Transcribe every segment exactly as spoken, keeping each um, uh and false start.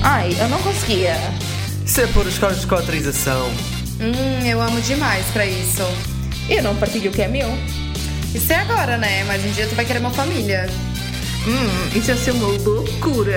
Ai, eu não conseguia. Isso é por escolas com autorização. Hum, eu amo demais pra isso. Eu não partilho o que é meu. Isso é agora, né? Mas um dia tu vai querer uma família. Hum, isso ia ser uma loucura.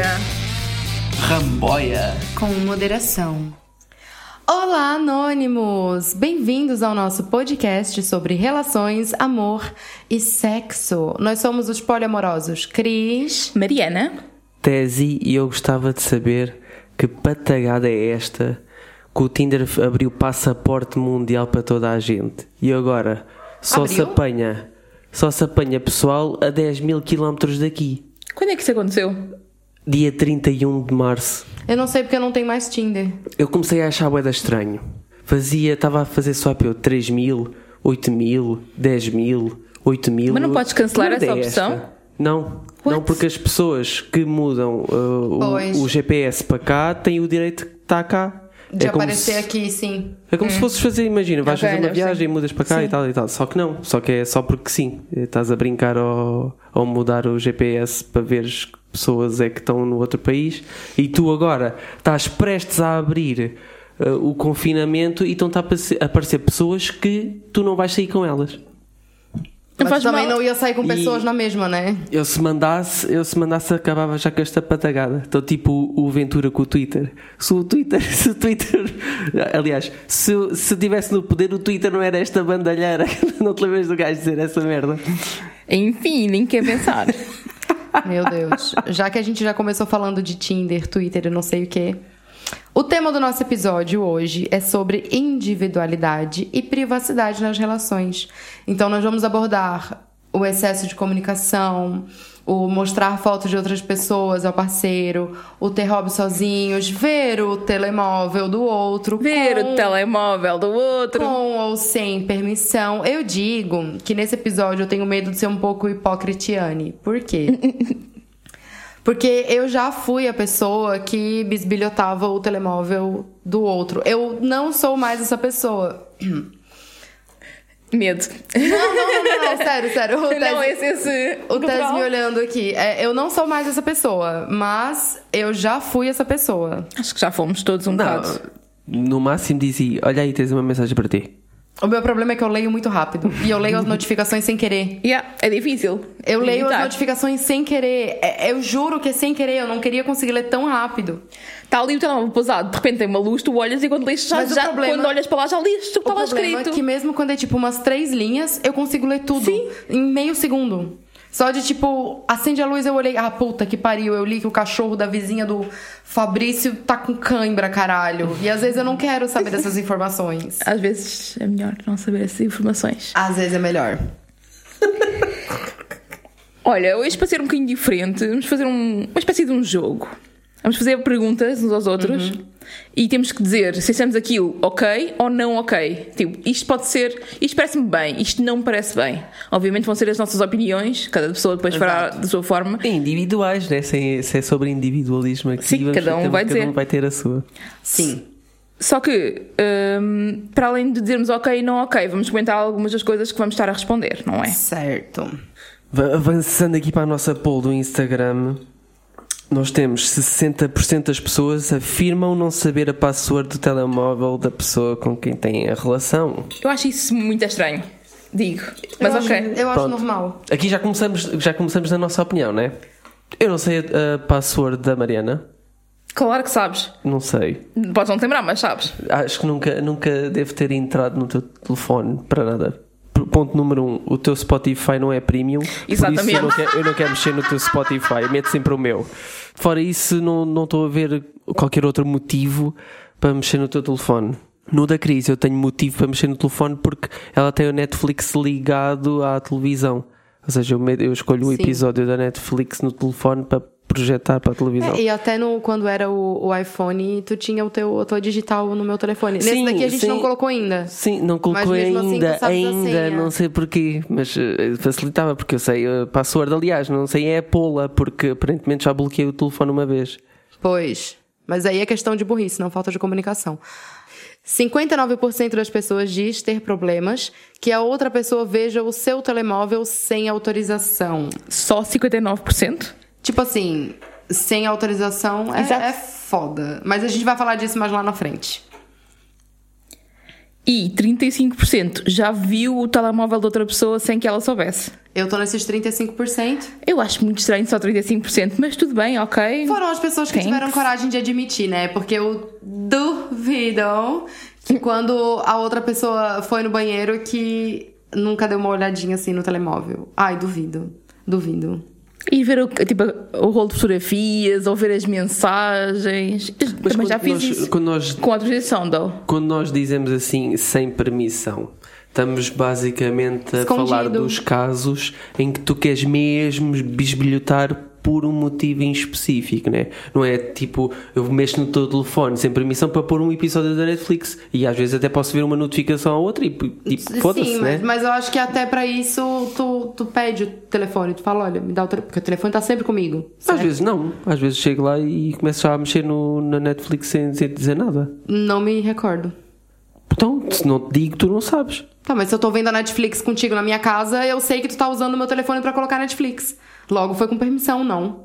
Ramboia. Com moderação. Olá, anônimos! Bem-vindos ao nosso podcast sobre relações, amor e sexo. Nós somos os poliamorosos Cris, Mariana, Tesi, e eu gostava de saber que patagada é esta que o Tinder abriu passaporte mundial para toda a gente. E agora só Abriu? se apanha, só se apanha pessoal a dez mil quilómetros daqui. quando é que isso aconteceu? Dia trinta e um de março. Eu não sei porque eu não tenho mais Tinder. Eu comecei a achar bué estranho. Fazia, estava a fazer só eu três mil, oito mil, dez mil, oito mil. Mas não podes cancelar Que merda essa é esta? opção? Não, What? não, porque as pessoas que mudam uh, Pois. o, o G P S para cá têm o direito de estar cá. De é como aparecer se, aqui, sim. É como se fosses fazer, imagina, vais Ok, fazer uma deve ser. viagem e mudas para cá Sim. e tal e tal. Só que não, só que é só porque sim. Estás a brincar ao, ao mudar o G P S para veres que pessoas é que estão no outro país e tu agora estás prestes a abrir uh, o confinamento e estão-te a aparecer, a aparecer pessoas que tu não vais sair com elas. Não Mas faz também mal. não ia sair com E- pessoas na mesma, né? Eu se mandasse, eu se mandasse acabava já com esta patagada. Então tipo o, o Ventura com o Twitter. Se o Twitter, se o Twitter, aliás, se, eu- se eu tivesse no poder o Twitter não era esta bandalheira. Não te lembras do gajo dizer essa merda? Enfim, nem quer pensar. Meu Deus. Já que a gente já começou falando de Tinder, Twitter e não sei o quê. O tema do nosso episódio hoje é sobre individualidade e privacidade nas relações. Então nós vamos abordar o excesso de comunicação, o mostrar fotos de outras pessoas ao parceiro, o ter hobby sozinhos, ver o telemóvel do outro, Ver com- o telemóvel do outro. com ou sem permissão. Eu digo que nesse episódio eu tenho medo de ser um pouco hipocritiane. Por quê? Porque eu já fui a pessoa que bisbilhotava o telemóvel do outro. Eu não sou mais essa pessoa. Medo. Não, não, não, não, sério, sério. O Tese, Não, esse, esse... o Tese natural. me olhando aqui. É, eu não sou mais essa pessoa, mas eu já fui essa pessoa. Acho que já fomos todos um Não, bocado. no máximo dizia, olha aí, tens uma mensagem para ti. O meu problema é que eu leio muito rápido. E eu leio as notificações sem querer. Yeah, é difícil. Eu leio as Evitar. notificações sem querer. É, eu juro que é sem querer. Eu não queria conseguir ler tão rápido. Está ali o telemóvel pousado, de repente tem uma luz, tu olhas e quando lês, já, Mas o já problema- quando olhas para lá já lês o que O estava problema escrito. é que mesmo quando é tipo umas três linhas, eu consigo ler tudo. Sim. Em meio segundo. Só de tipo, acende a luz, eu olhei. Ah, puta que pariu. Eu li que o cachorro da vizinha do Fabrício tá com cãibra, caralho. E às vezes eu não quero saber dessas informações. Às vezes é melhor não saber essas informações. Às vezes é melhor. Olha, hoje para ser um bocadinho diferente, vamos fazer um- uma espécie de um jogo. Vamos fazer perguntas uns aos outros e temos que dizer se achamos aquilo ok ou não ok. Tipo, isto pode ser, isto parece-me bem, isto não me parece bem. Obviamente vão ser as nossas opiniões, cada pessoa depois fará da sua forma. Individuais, né? Se, se é sobre individualismo aqui, Sim, vamos- cada um vai cada dizer. um vai ter a sua. Sim. Só que, hum, para além de dizermos ok e não ok, vamos comentar algumas das coisas que vamos estar a responder, não é? Certo. Va- Avançando aqui para a nossa poll do Instagram, nós temos sessenta por cento das pessoas afirmam não saber a password do telemóvel da pessoa com quem têm a relação. Eu acho isso muito estranho, digo. Mas eu ok. Acho, eu acho Pronto. normal. Aqui já começamos, já começamos na nossa opinião, né? Eu não sei a, a password da Mariana. Claro que sabes. Não sei. Podes não te lembrar, mas sabes. Acho que nunca, nunca devo ter entrado no teu telefone para nada. P- Ponto número um, o teu Spotify não é premium. Exatamente. Por isso eu não quero, eu não quero mexer no teu Spotify, eu meto sempre o meu. Fora isso, não, não estou a ver qualquer outro motivo para mexer no teu telefone. No da Cris, eu tenho motivo para mexer no telefone porque ela tem o Netflix ligado à televisão. Ou seja, eu, me- eu escolho o Sim. episódio da Netflix no telefone para projetar para a televisão. É, e até no, quando era o, o iPhone, tu tinha o teu, a tua digital no meu telefone. Nesse Sim, daqui a gente sim. não colocou ainda. Sim, não colocou Mas mesmo assim ainda, tu sabes a ainda, senha. não sei porquê, mas eh, facilitava, porque eu sei a password, aliás, não sei é a Pola, porque aparentemente já bloqueei o telefone uma vez. Pois. Mas aí é questão de burrice, não falta de comunicação. cinquenta e nove por cento das pessoas diz ter problemas que a outra pessoa veja o seu telemóvel sem autorização. Só cinquenta e nove por cento? Tipo assim, sem autorização é, Exato. é foda. Mas a gente vai falar disso mais lá na frente. E trinta e cinco por cento já viu o telemóvel de outra pessoa sem que ela soubesse. Eu tô nesses trinta e cinco por cento. Eu acho muito estranho só trinta e cinco por cento, mas tudo bem, ok. Foram as pessoas que Thanks. tiveram coragem de admitir, né? Porque eu duvido que quando a outra pessoa foi no banheiro que nunca deu uma olhadinha assim no telemóvel. Ai, duvido. Duvido. E ver o, tipo, o rolo de fotografias, ou ver as mensagens. Mas Também já quando fiz nós- isso. quando nós- Com autorização, though. Quando nós dizemos assim, sem permissão, estamos basicamente a Escondido. falar dos casos em que tu queres mesmo bisbilhotar por um motivo em específico, né? Não é tipo, eu mexo no teu telefone sem permissão para pôr um episódio da Netflix e às vezes até posso ver uma notificação a outra e tipo, foda-se, Sim, né? mas, mas eu acho que até pra isso tu, tu pede o telefone. Tu fala, olha, me dá o telefone. Porque o telefone tá sempre comigo. Às certo? vezes não, às vezes chego lá e começo já a mexer no, na Netflix sem, sem dizer nada. Não me recordo. Então, se não te digo, tu não sabes. Tá, mas se eu tô vendo a Netflix contigo na minha casa, eu sei que tu tá usando o meu telefone pra colocar Netflix. Logo foi com permissão, não.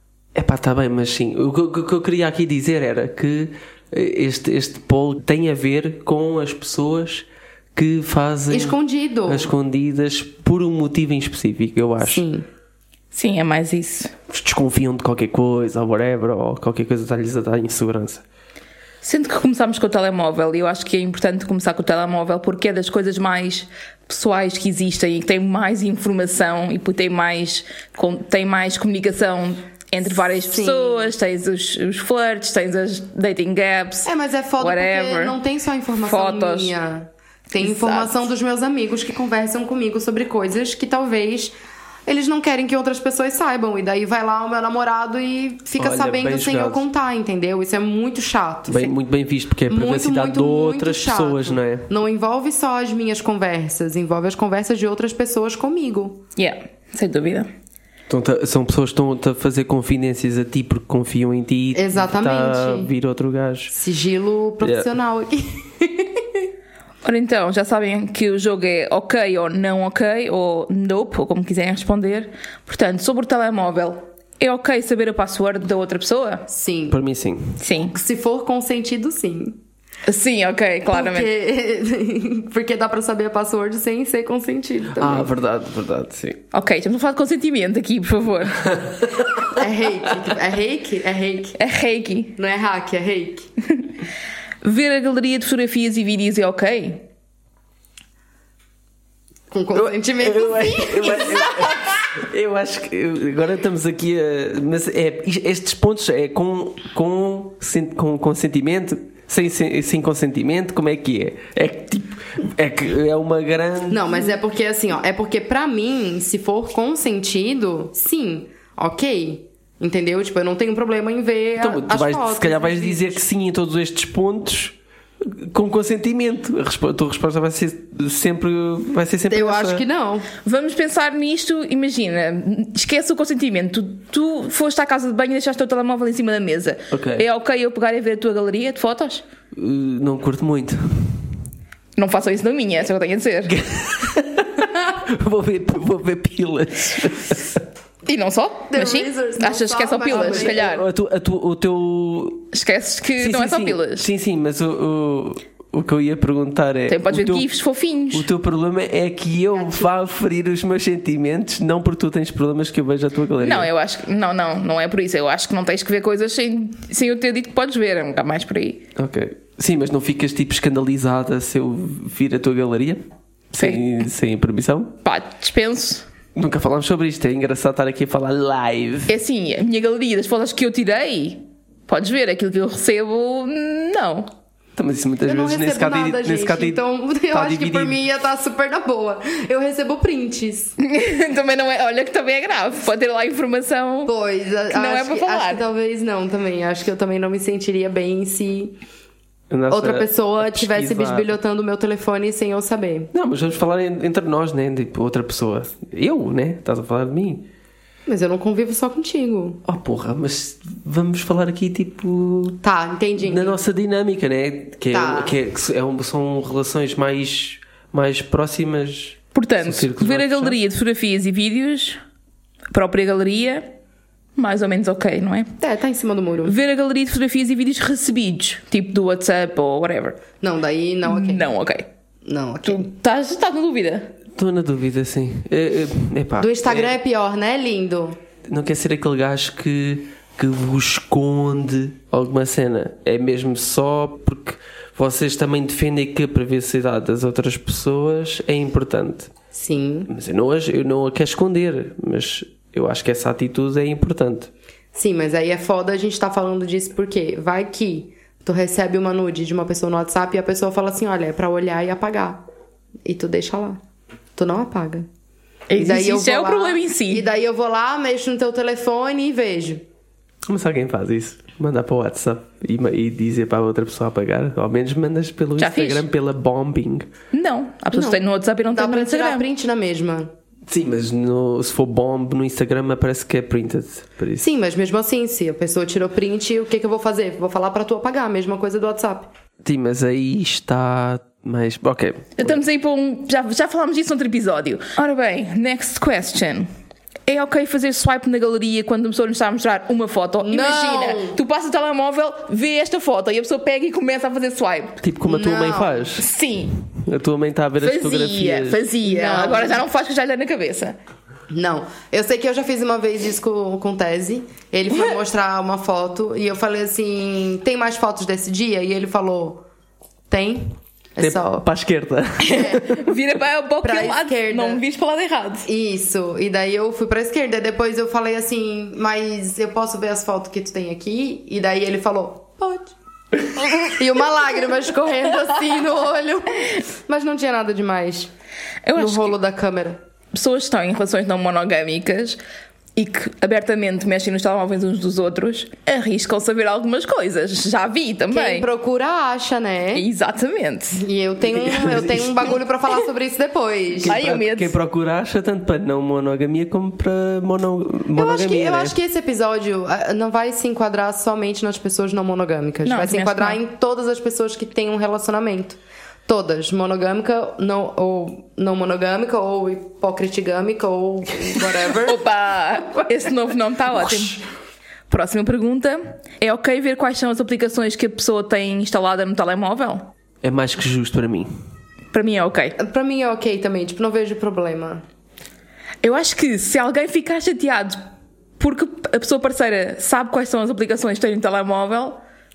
É pá, está bem, mas sim. O que, o que eu queria aqui dizer era que este, este poll tem a ver com as pessoas que fazem Escondido. as escondidas por um motivo em específico, eu acho. Sim. Sim, é mais isso. Desconfiam de qualquer coisa, ou whatever, ou qualquer coisa está-lhes a dar insegurança. Sendo que começámos com o telemóvel, e eu acho que é importante começar com o telemóvel porque é das coisas mais pessoais que existem e que tem mais informação e tem mais, com- tem mais comunicação entre várias Sim. pessoas, tens os, os flirts, tens as dating apps. É, mas é foda whatever. porque não tem só informação Fotos. minha. Tem Exato. informação dos meus amigos que conversam comigo sobre coisas que talvez eles não querem que outras pessoas saibam. E daí vai lá o meu namorado e fica Olha, sabendo bem sem eu jogado. contar, entendeu? Isso é muito chato. Bem, Cê- muito bem visto, porque é a privacidade de outras chato. pessoas, não é? Não envolve só as minhas conversas, envolve as conversas de outras pessoas comigo. Yeah, sem dúvida. Então, tá- são pessoas que estão a fazer confidências a ti porque confiam em ti. e Exatamente. Está a vir outro gajo. Sigilo profissional aqui. Ora então, já sabem que o jogo é ok ou não ok, ou nope, ou como quiserem responder. Portanto, sobre o telemóvel, é ok saber a password da outra pessoa? Sim. Para mim, sim. Sim. Se for consentido, sim. Sim, ok, claramente. Porque, porque dá pra saber a password sem ser consentido também. Ah, verdade, verdade, sim. Ok, estamos a falar de consentimento aqui, por favor. É reiki. É reiki? É reiki. É reiki. Não é hack, é reiki. Ver a galeria de fotografias e vídeos é ok? Com consentimento, Eu, eu, sim. eu, eu, eu acho que eu- agora estamos aqui a. Mas é, estes pontos é com, com, sen- com consentimento, sem, sem, sem consentimento, como é que é? É que tipo. É que é uma grande. Não, mas é porque assim, ó. É porque pra mim, se for consentido, sim, ok. Entendeu? Tipo, eu não tenho problema em ver Então, a, tu as vais, fotos. se calhar vais os dizer vídeos. que sim em todos estes pontos com consentimento. A, respo- a tua resposta vai ser sempre. Vai ser sempre Eu essa. acho que não. Vamos pensar nisto, imagina, esquece o consentimento. Tu, tu foste à casa de banho e deixaste o teu telemóvel em cima da mesa. Ok. É ok eu pegar e ver a tua galeria de fotos? Uh, não curto muito. Não façam isso na minha, é isso que eu tenho a dizer. vou, ver, vou ver pilas. E não só, The mas sim. Razors, não Achas só, que é só mas pilas, se também. calhar. A tu- a tu- o teu. Esqueces que Sim, não sim, é só sim. pilas. Sim, sim, mas o, o, o que eu ia perguntar é. Também podes o ver teu, gifs fofinhos. o teu problema é que eu vá ferir os meus sentimentos, não porque tu tens problemas que eu vejo a tua galeria. Não, eu acho que. Não, não, não é por isso. Eu acho que não tens que ver coisas sem, sem eu ter dito que podes ver. É um bocado mais por aí. Ok. Sim, mas não ficas tipo escandalizada se eu vir a tua galeria? Sem, sem permissão? Pá, dispenso. Nunca falámos sobre isto, é engraçado estar aqui a falar live. É assim, a minha galeria das fotos que eu tirei, podes ver. Aquilo que eu recebo, não. Então, mas isso muitas Eu não vezes nesse recebo caso, nada, nesse gente. caso Então, eu tá acho que por dividido. mim ia estar super na boa. Eu recebo prints. Também não é. Olha, que também é grave. Pode ter lá informação. Pois, a- Que não é acho para que- falar. Acho que talvez não também. Acho que eu também não me sentiria bem se Andasse outra a- pessoa a estivesse pesquisar. bisbilhotando o meu telefone sem eu saber. Não, mas vamos falar en- entre nós, né? Tipo, outra pessoa. Eu, né? Estás a falar de mim. Mas eu não convivo só contigo. Oh, porra, mas vamos falar aqui, tipo, Tá, entendi. na nossa dinâmica, né? Que, é, Tá. que, é, que é um- são relações mais, mais próximas. São Portanto, círculos ver a mais galeria de fotografias e vídeos, a própria galeria, mais ou menos ok, não é? É, tá em cima do muro. Ver a galeria de fotografias e vídeos recebidos, tipo do WhatsApp ou whatever. Não, daí não ok. Não, ok. Não, ok. Tu estás, estás na dúvida? Estou na dúvida, sim. É, é, epá, Do Instagram é, é pior, né, lindo? não quer ser aquele gajo que, que vos esconde alguma cena. É mesmo só porque vocês também defendem que a privacidade das outras pessoas é importante. Sim. Mas eu não, eu não a quero esconder, mas eu acho que essa atitude é importante. Sim, mas aí é foda a gente tá falando disso porque vai que tu recebe uma nude de uma pessoa no WhatsApp e a pessoa fala assim, olha, é pra olhar e apagar. E tu deixa lá. Tu não apaga. E daí Isso eu vou é o lá, problema em si. E daí eu vou lá, mexo no teu telefone e vejo. Mas alguém faz isso? Mandar para o WhatsApp e, e dizer para a outra pessoa apagar? Ao menos mandas pelo Já Instagram, fiz. pela bombing. Não. Há pessoas Não. que têm no WhatsApp e não Dá têm no pra tirar Instagram. print na mesma. Sim, mas no, se for bomb no Instagram parece que é printed. Por isso. Sim, mas mesmo assim, se a pessoa tirou print, o que que eu vou fazer? Vou falar pra tu apagar, a mesma coisa do WhatsApp. Sim, mas aí está mais... Ok. Estamos aí para um... Já, já falámos disso noutro episódio. Ora bem, next question. É ok fazer swipe na galeria quando a pessoa nos está a mostrar uma foto? Não. Imagina, tu passas o telemóvel, vê esta foto e a pessoa pega e começa a fazer swipe. Tipo como a tua Não. mãe faz. Sim, A tua mãe está a ver as fazia, fotografias. fazia. Não. Agora já não faz que já lhe dá na cabeça. Não. Eu sei que eu já fiz uma vez isso com, com o Tese. Ele foi mostrar uma foto e eu falei assim, tem mais fotos desse dia? E ele falou, tem. É Tem só... para a esquerda. Vira para, para Pra aquele lado, esquerda. não me vires para o lado errado. Isso, e daí eu fui pra esquerda. Depois eu falei assim, mas eu posso ver as fotos que tu tem aqui? E daí ele falou, pode. E uma lágrima escorrendo assim no olho. Mas não tinha nada demais Eu no acho rolo da câmera. que pessoas que estão em relações não monogâmicas e que abertamente mexem nos telemóveis uns dos outros arriscam-se a ver algumas coisas. Já vi também. Quem procura acha, né? Exatamente. E eu tenho, um- eu tenho um bagulho pra falar sobre isso depois. Quem, Ai, pro- o medo. quem procura acha tanto para não monogamia como para mono, monogamia. Eu acho, que, eu né? acho que esse episódio ah, não vai se enquadrar somente nas pessoas não monogâmicas. Não, vai se também acho enquadrar que em todas as pessoas que têm um relacionamento. Todas. Monogâmica não, ou não monogâmica, ou hipocritigâmica, ou whatever. Opa! Esse novo nome está ótimo. Próxima pergunta. É ok ver quais são as aplicações que a pessoa tem instalada no telemóvel? É mais que justo para mim. Para mim é ok. Pra mim é ok também. Tipo, não vejo problema. Eu acho que se alguém ficar chateado porque a pessoa parceira sabe quais são as aplicações que tem no telemóvel,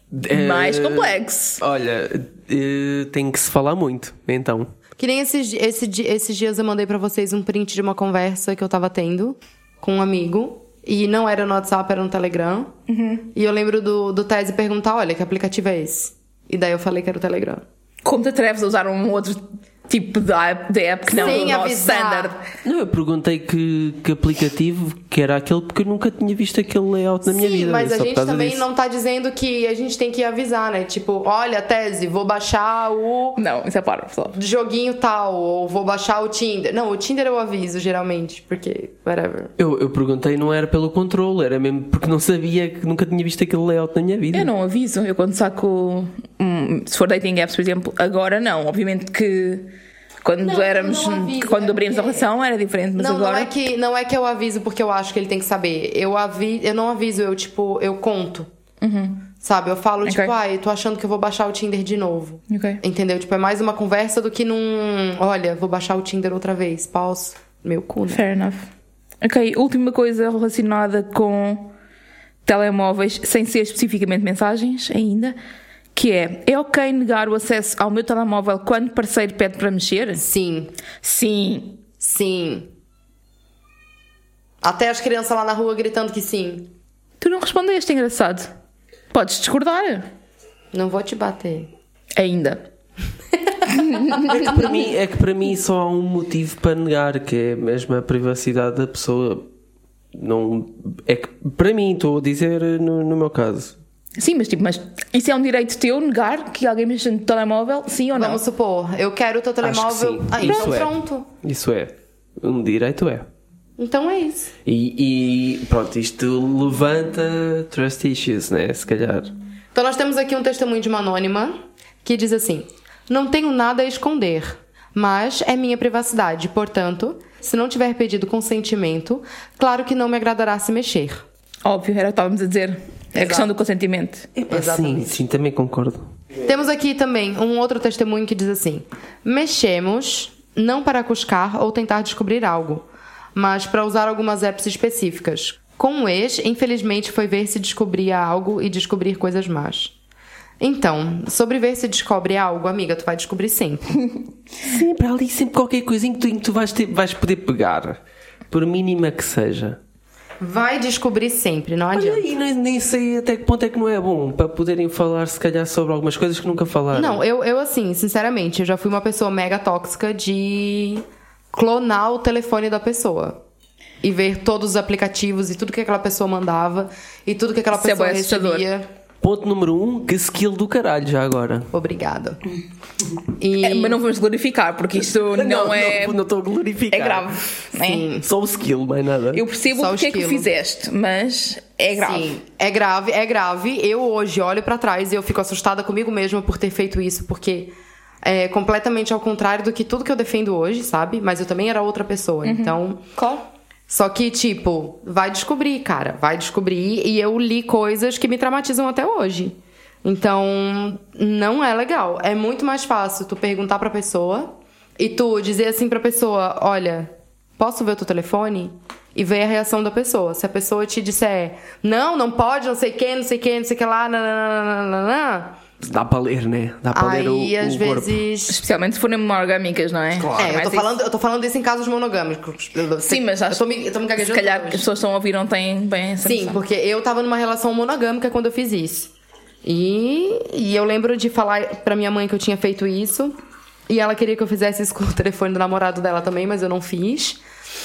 mais Eh, complexo. Olha, eh, tem que se falar muito, então. Que nem esses, esse, di- esses dias eu mandei pra vocês um print de uma conversa que eu tava tendo com um amigo. E não era no WhatsApp, era no Telegram. E eu lembro do, do Tese perguntar, olha, que aplicativo é esse? E daí eu falei que era o Telegram. Como te atreves a usar um outro tipo de app, de app que não Sem o nosso avisar. standard? Não, eu perguntei que, que aplicativo que era aquele porque eu nunca tinha visto aquele layout na minha Sim, vida. mas a só por gente causa também disso. não tá dizendo que a gente tem que avisar, né? Tipo, olha, Tese, vou baixar o Não, isso é para, pessoal. joguinho tal, ou vou baixar o Tinder. Não, o Tinder eu aviso, geralmente, porque, whatever. Eu, eu perguntei, não era pelo controle, era mesmo porque não sabia, que nunca tinha visto aquele layout na minha vida. Eu não aviso. Eu quando saco... hum, se for dating apps, por exemplo, agora não. Obviamente que quando Não, éramos... não aviso, quando é abrimos a porque- relação era diferente, mas não, agora... não é que não é que eu aviso porque eu acho que ele tem que saber. Eu avi, eu não aviso, eu tipo, eu conto. Sabe? Eu falo, tipo, Ok. ai, tô achando que eu vou baixar o Tinder de novo. Ok. Entendeu? Tipo, é mais uma conversa do que num. Olha, vou baixar o Tinder outra vez. Posso? Meu cu, né? Fair enough. Ok, última coisa relacionada com telemóveis, sem ser especificamente mensagens ainda, que é, é ok negar o acesso ao meu telemóvel quando parceiro pede para mexer? Sim. Sim. Sim. Até as crianças lá na rua gritando que sim. Tu não respondeste, engraçado. Podes discordar. Não vou te bater. Ainda. É que, para mim, é que para mim só há um motivo para negar, que é mesmo a privacidade da pessoa. Não, é que para mim, estou a dizer no, no meu caso. Sim, mas tipo, mas isso é um direito teu negar que alguém mexa no telemóvel? Sim ou não? Vamos supor, eu quero o teu Acho que telemóvel. sim. Ah, Isso então é. pronto. Isso é. Um direito é. Então é isso. E, e pronto, isto levanta trust issues, né? Se calhar. Então nós temos aqui um testemunho de uma anônima que diz assim: não tenho nada a esconder, mas é minha privacidade, portanto, se não tiver pedido consentimento, claro que não me agradará se mexer. Óbvio, era o que estávamos a dizer. É a questão do consentimento. Epá, sim, sim, também concordo. Temos aqui também um outro testemunho que diz assim: mexemos não para cuscar ou tentar descobrir algo, mas para usar algumas apps específicas. Com o ex, infelizmente, foi ver se descobria algo e descobrir coisas más. Então, sobre ver se descobre algo, amiga, tu vai descobrir sempre. Sempre, há ali sempre qualquer coisinha que tu, que tu vais, ter, vais poder pegar, por mínima que seja. Vai descobrir sempre, não adianta. Olha, e nem, nem sei até que ponto é que não é bom, para poderem falar, se calhar, sobre algumas coisas que nunca falaram. Não, eu, eu assim, sinceramente, eu já fui uma pessoa mega tóxica de clonar o telefone da pessoa. E ver todos os aplicativos e tudo que aquela pessoa mandava e tudo que aquela Isso é pessoa bué assustador. recebia. Ponto número um, que skill do caralho já agora. Obrigada. E... É, mas não vamos glorificar, porque isto não, é... Não estou a glorificar. É grave, né? Sim. Só o skill, mais nada. Eu percebo Só o porque é que o esquilo. fizeste, mas é grave. Sim, é grave, é grave. Eu hoje olho pra trás e eu fico assustada comigo mesma por ter feito isso, porque é completamente ao contrário do que tudo que eu defendo hoje, sabe? Mas eu também era outra pessoa, então... Qual? Só que, tipo, vai descobrir, cara. Vai descobrir. E eu li coisas que me traumatizam até hoje. Então, não é legal. É muito mais fácil tu perguntar pra pessoa e tu dizer assim pra pessoa: olha, posso ver o teu telefone? E ver a reação da pessoa. Se a pessoa te disser não, não pode, não sei o que, não sei o que, não sei o que lá, nananana, Dá para ler, né? Dá para ler o, aí, às o corpo. vezes... Especialmente se forem monogâmicas, não é? Claro. É, eu Mas tô, isso- falando, eu tô falando isso em casos monogâmicos. Sim, mas acho eu tô me, eu tô me que se gaguejando calhar hoje. as pessoas que estão a ouvir não têm bem essa Sim, noção. porque eu tava numa relação monogâmica quando eu fiz isso. E, e eu lembro de falar pra minha mãe que eu tinha feito isso. E ela queria que eu fizesse isso com o telefone do namorado dela também, mas eu não fiz.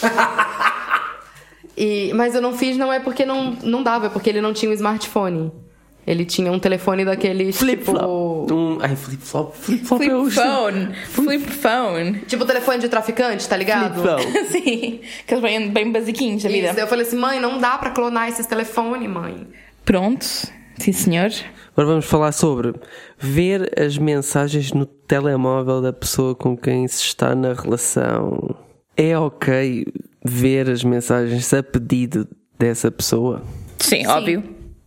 E, mas eu não fiz não é porque não, não dava, é porque ele não tinha um smartphone. Ele tinha um telefone daqueles Flip-flop. tipo... Um, ai, flip-flop. Flip-flop é Flip o phone, flip phone. Tipo telefone de traficante, tá ligado? Flip-flop. Sim, aqueles bem, bem basiquinhos da vida. Isso, eu falei assim, mãe, não dá pra clonar esses telefones, mãe. Pronto, sim senhor. Agora vamos falar sobre ver as mensagens no telemóvel da pessoa com quem se está na relação. É ok ver as mensagens a pedido dessa pessoa? Sim, óbvio.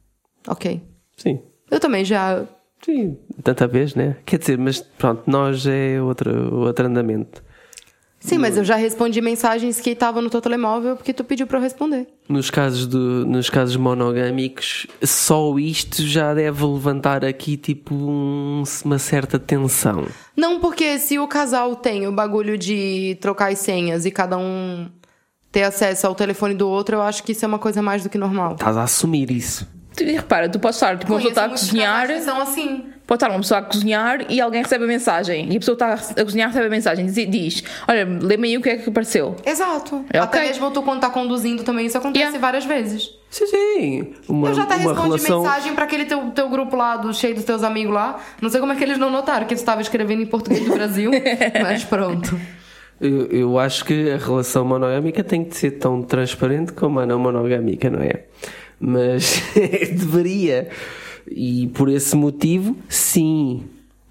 Ok. Sim. Eu também já... Sim, tanta vez, né? Quer dizer, mas pronto, nós é outro, outro andamento. Sim, mas eu já respondi mensagens que estavam no teu telemóvel porque tu pediu pra eu responder. Nos casos, do, nos casos monogâmicos, só isto já deve levantar aqui tipo um- uma certa tensão. Não, porque se o casal tem o bagulho de trocar as senhas e cada um ter acesso ao telefone do outro, eu acho que isso é uma coisa mais do que normal. Estás a assumir isso. Tu, repara, tu podes estar, tipo, uma pessoa está a muitos cozinhar, casais que são assim. pode estar uma pessoa a cozinhar e alguém recebe a mensagem. E a pessoa está a cozinhar, recebe a mensagem e diz: olha, lê-me aí o que é que apareceu. Exato. É Até ok. mesmo tu quando tá conduzindo também, isso acontece Yeah. várias vezes. Sim, sim. Uma, eu já até uma respondi relação... mensagem pra aquele teu, teu grupo lá, do, cheio dos teus amigos lá. Não sei como é que eles não notaram que tu estava escrevendo em português do Brasil, mas pronto. Eu, eu acho que a relação monogâmica tem que ser tão transparente como a não monogâmica, não é? Mas deveria. E por esse motivo, sim.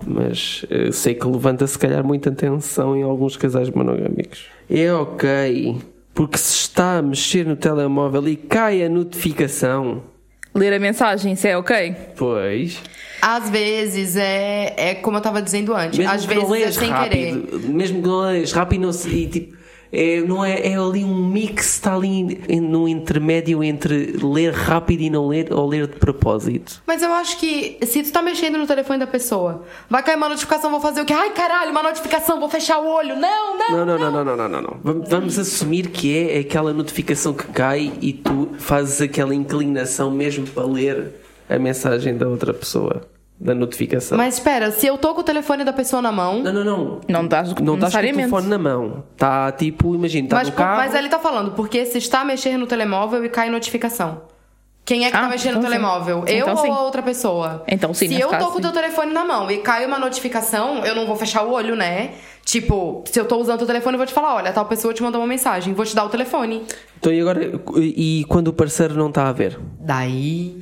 Mas eu sei que levanta se calhar muita tensão em alguns casais monogâmicos. É ok, porque se está a mexer no telemóvel e cai a notificação, Ler a mensagem, isso é ok? pois... Às vezes é, é como eu tava dizendo antes, Mesmo às que não vezes é leias sem rápido, querer. mesmo que não leias rápido não se- e, tipo, é, não é, é ali um mix, está ali em- no intermédio entre ler rápido e não ler, ou ler de propósito. Mas eu acho que se tu tá mexendo no telefone da pessoa, vai cair uma notificação, vou fazer o quê? Ai, caralho, uma notificação, vou fechar o olho. Não, não, Não, não, não, não, não, não, não, não. Vamos, vamos assumir que é aquela notificação que cai e tu fazes aquela inclinação mesmo para ler a mensagem da outra pessoa, da notificação. Mas espera, se eu tô com o telefone da pessoa na mão... Não, não, não. Não estás Não estás com o necessariamente. telefone na mão. Está tipo, imagina, está Mas, no carro. mas ele tá falando, porque se está mexendo no telemóvel e cai notificação. Quem é que Ah, tá mexendo então no sim. telemóvel? Eu Então ou sim. a outra pessoa? Então sim, Se nesse eu tô caso, com o teu sim. telefone na mão e cai uma notificação, eu não vou fechar o olho, né? Tipo, se eu tô usando o teu telefone, eu vou te falar, olha, tal pessoa te mandou uma mensagem, vou te dar o telefone. Então e agora, e quando o parceiro não está a ver? Daí...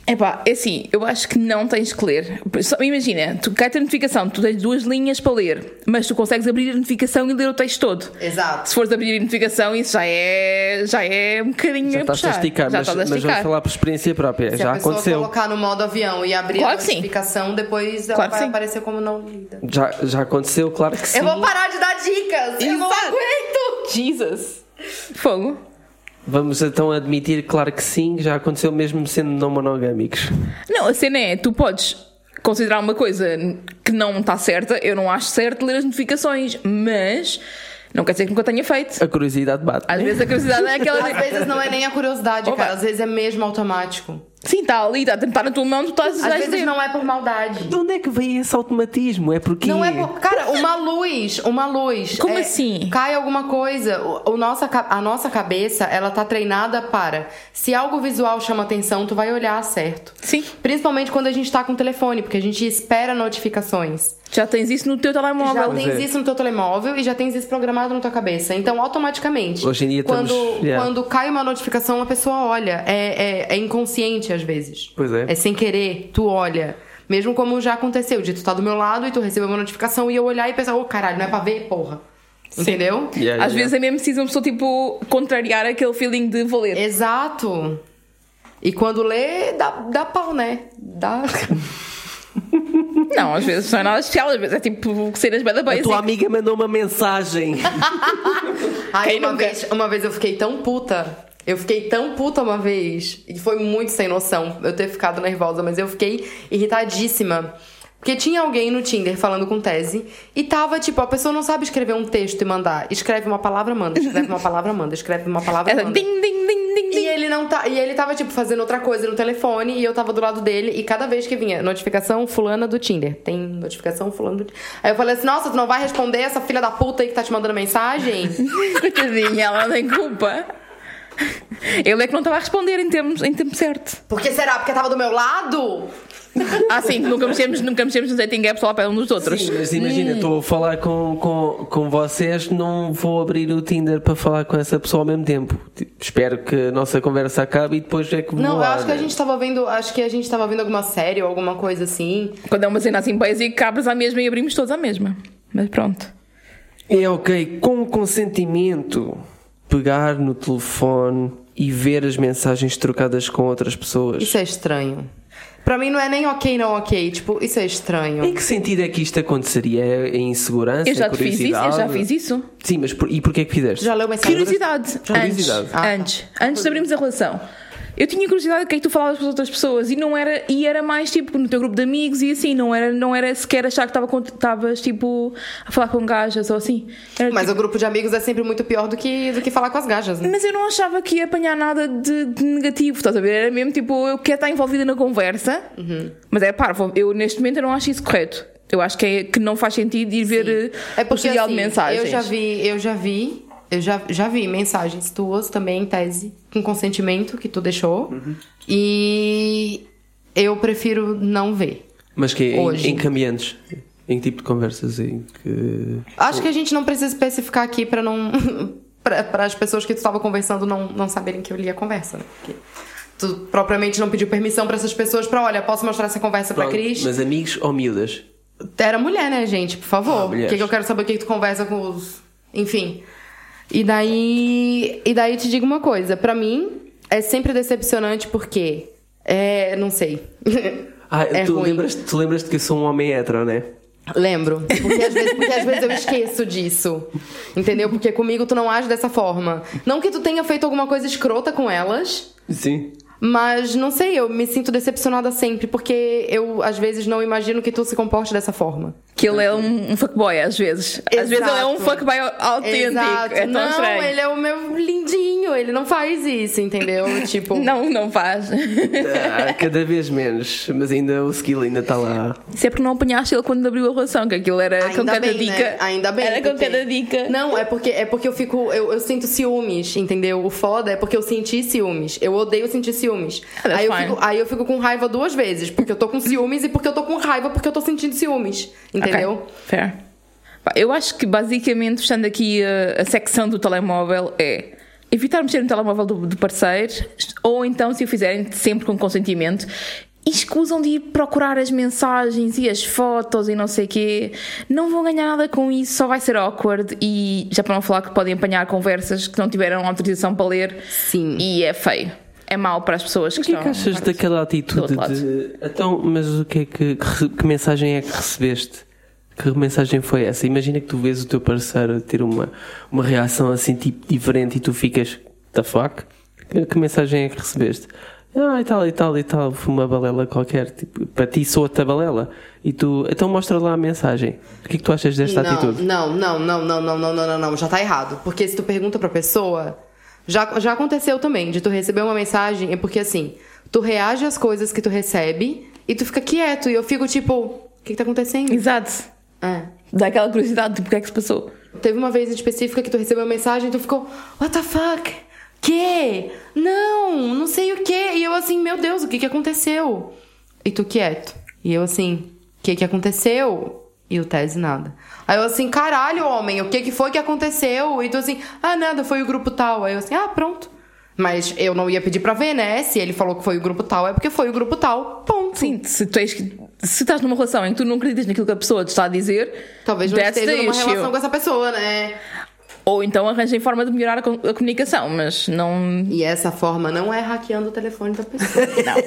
Epá, é assim, eu acho que não tens que ler. Só, imagina, tu cai-te a notificação, tu tens duas linhas para ler, mas tu consegues abrir a notificação e ler o texto todo. Exato. Se fores abrir a notificação, isso já é, já é um bocadinho Já a estás a puxar. esticar, já mas, estás a mas esticar. vamos falar por experiência própria. Se Já a pessoa aconteceu. colocar no modo avião e abrir Claro a que sim. notificação, depois ela Claro que vai sim. aparecer como não lida. Já, já aconteceu, claro que sim. Eu vou parar de dar dicas! Eu não Exato. aguento! Jesus. Fogo. Vamos então admitir, claro que sim, já aconteceu mesmo sendo não monogâmicos. Não, a cena é, tu podes considerar uma coisa que não está certa. Eu não acho certo ler as notificações, mas não quer dizer que nunca tenha feito. A curiosidade bate. Às vezes a curiosidade é aquela... Às vezes não é nem a curiosidade, Opa. cara. Às vezes é mesmo automático. Sim, está ali, está tá na tua mão, tu estás a Às vezes dizer. não é por maldade. De onde é que veio esse automatismo? É porque... Não é por... Cara, uma luz, uma luz. Como é, assim? Cai alguma coisa. O, o nossa, ca- a nossa cabeça, ela tá treinada para... Se algo visual chama atenção, tu vai olhar, certo? Sim, Principalmente quando a gente tá com o telefone, porque a gente espera notificações. já tens isso no teu telemóvel. Já Pois tens é. isso no teu telemóvel e já tens isso programado na tua cabeça. Então, automaticamente, Hoje em dia quando, estamos- yeah. quando cai uma notificação, a pessoa olha. É, é, é inconsciente, às vezes. Pois é. É sem querer, tu olha. Mesmo como já aconteceu, de tu tá do meu lado e tu recebeu uma notificação e eu olhar e pensar, ô, caralho, não é pra ver, porra. Entendeu? Yeah, Às yeah. vezes é mesmo preciso uma pessoa, tipo, contrariar aquele feeling de vou ler. Exato. E quando lê, dá, dá pau, né? Dá... Não, às vezes não é nada especial, às vezes é tipo cenas bada A basic. tua amiga mandou uma mensagem. Ai, Quem uma nunca? vez, uma vez eu fiquei tão puta. Eu fiquei tão puta uma vez. E foi muito sem noção eu ter ficado nervosa, mas eu fiquei irritadíssima. Porque tinha alguém no Tinder falando com tese e tava tipo, a pessoa não sabe escrever um texto e mandar. Escreve uma palavra, manda. Escreve uma palavra, manda. Escreve uma palavra, Ela, manda. ding, ding, ding, ding, E ding. ele não tá, e ele tava tipo fazendo outra coisa no telefone e eu tava do lado dele e cada vez que vinha notificação fulana do Tinder, tem notificação fulana do... Aí eu falei assim: "Nossa, tu não vai responder essa filha da puta aí que tá te mandando mensagem?" Coitadinha, ela não tem culpa. Ele é que não estava a responder em termos, em tempo certo. Por que será? Porque tava do meu lado? Ah, sim, nunca mexemos, nunca mexemos no dating apps lá para um dos outros. Sim, mas imagina, estou a falar com, com, com vocês, não vou abrir o Tinder para falar com essa pessoa ao mesmo tempo. Tipo, espero que a nossa conversa acabe e depois é que vou Não, eu lá, acho que a né? gente tava vendo, acho que a gente tava vendo alguma série ou alguma coisa assim. Quando é uma cena assim basic, abres à mesma e abrimos todos à mesma. Mas pronto. É ok, com consentimento, pegar no telefone e ver as mensagens trocadas com outras pessoas. Isso é estranho. Pra mim não é nem ok, não ok. Tipo, isso é estranho. Em que sentido é que isto aconteceria? É em insegurança? Eu já é te fiz isso, eu já curiosidade? fiz isso. Sim, mas por, e porquê é que fizeste? Já leu mensagem? Curiosidade. Curiosidade. Antes, Ah, tá. antes, antes de abrirmos a relação. Eu tinha curiosidade do que é que tu falavas com as outras pessoas e não era, e era mais tipo no teu grupo de amigos e assim, não era, não era sequer achar que estavas tipo a falar com gajas ou assim. Era, Mas tipo, o grupo de amigos é sempre muito pior do que, do que falar com as gajas, né? mas eu não achava que ia apanhar nada de, de negativo, estás a ver? Era mesmo tipo, eu quero estar envolvida na conversa, Uhum. mas é parvo. Eu neste momento eu não acho isso correto. Eu acho que, é, que não faz sentido ir ver É o porque historial assim, de mensagens. eu já vi, eu já vi, eu já, já vi mensagens tuas também em tese com consentimento que tu deixou. Uhum. E eu prefiro não ver. Mas que em, Hoje. em caminhantes? Em que tipo de conversas? Em que... Acho que a gente não precisa especificar aqui pra não para as pessoas que tu estava conversando não, não saberem que eu li a conversa, né? Porque tu propriamente não pediu permissão pra essas pessoas pra, olha, posso mostrar essa conversa pra Pronto, Cris? mas amigos ou miúdas? Era mulher, né, gente? Por favor. Ah, mulheres. Porque que eu quero saber o que, que tu conversa com os... Enfim. E daí... E daí te digo uma coisa. Pra mim, é sempre decepcionante porque... É... Não sei. Ah, É tu, ruim. lembras, tu lembras-te que eu sou um homem hétero, né? Lembro. Porque às, vezes, porque às vezes eu esqueço disso. Entendeu? Porque comigo tu não age dessa forma. Não que tu tenha feito alguma coisa escrota com elas... Sim. Mas, não sei, eu me sinto decepcionada sempre, porque eu, às vezes, não imagino que tu se comporte dessa forma. Que ele é um, um fuckboy, às vezes. Às vezes ele é um Exato. fuckboy autêntico. Exato. É tão não, estranho. ele é o meu lindinho, ele não faz isso, entendeu? Tipo... Não, não faz. Ah, cada vez menos, mas ainda o skill ainda está lá. Isso é porque não apanhaste ele quando abriu a relação, que aquilo era Ainda com cada bem, dica. né? Ainda bem. Era com porque- cada dica. Não, é porque, é porque eu fico. Eu, eu sinto ciúmes, entendeu? O foda é porque eu senti ciúmes. Eu odeio sentir ciúmes. Ah, that's Aí eu, fine. fico, aí eu fico com raiva duas vezes. Porque eu tô com ciúmes e porque eu tô com raiva porque eu tô sentindo ciúmes. Entendeu? Ok, fair. Pá, eu acho que basicamente, fechando aqui a, a secção do telemóvel, é evitar mexer no telemóvel do, do parceiro, ou então, se o fizerem, sempre com consentimento, e escusam de ir procurar as mensagens e as fotos e não sei o quê. Não vão ganhar nada com isso, só vai ser awkward. E já para não falar que podem apanhar conversas que não tiveram autorização para ler. Sim. E é feio. É mau para as pessoas que, o que estão... O que é que achas daquela atitude de... Então, mas o que é que... Que, que mensagem é que recebeste? Que mensagem foi essa? Imagina que tu vês o teu parceiro ter uma, uma reação assim, tipo, diferente e tu ficas... The fuck? Que, que mensagem é que recebeste? Ah, e tal, e tal, e tal, foi uma balela qualquer, tipo, para ti sou outra balela. E tu, então mostra lá a mensagem. O que é que tu achas desta não, atitude? Não, não, não, não, não, não, não, não, não, já está errado. Porque se tu pergunta pra pessoa, já, já aconteceu também, de tu receber uma mensagem, é porque assim, tu reage às coisas que tu recebe e tu fica quieto, e eu fico tipo, o que que tá acontecendo? Exato. É. Dá aquela curiosidade, tipo, o que é que se passou? Teve uma vez específica que tu recebeu uma mensagem e tu ficou, what the fuck? Que? Não, não sei o que. E eu assim, meu Deus, o que que aconteceu? E tu quieto. E eu assim, o que que aconteceu? E o Tese nada. Aí eu assim, caralho, homem, o que que foi que aconteceu? E tu assim, ah, nada, foi o grupo tal. Aí eu assim, ah, pronto. Mas eu não ia pedir pra ver, né? Se ele falou que foi o grupo tal, é porque foi o grupo tal. Ponto. Sim, se tu és, se estás numa relação em que tu não acreditas naquilo que a pessoa te está a dizer, talvez não that's esteja the numa issue. relação com essa pessoa, né? Ou então arranjem forma de melhorar a, com- a comunicação, mas não... E essa forma não é hackeando o telefone da pessoa.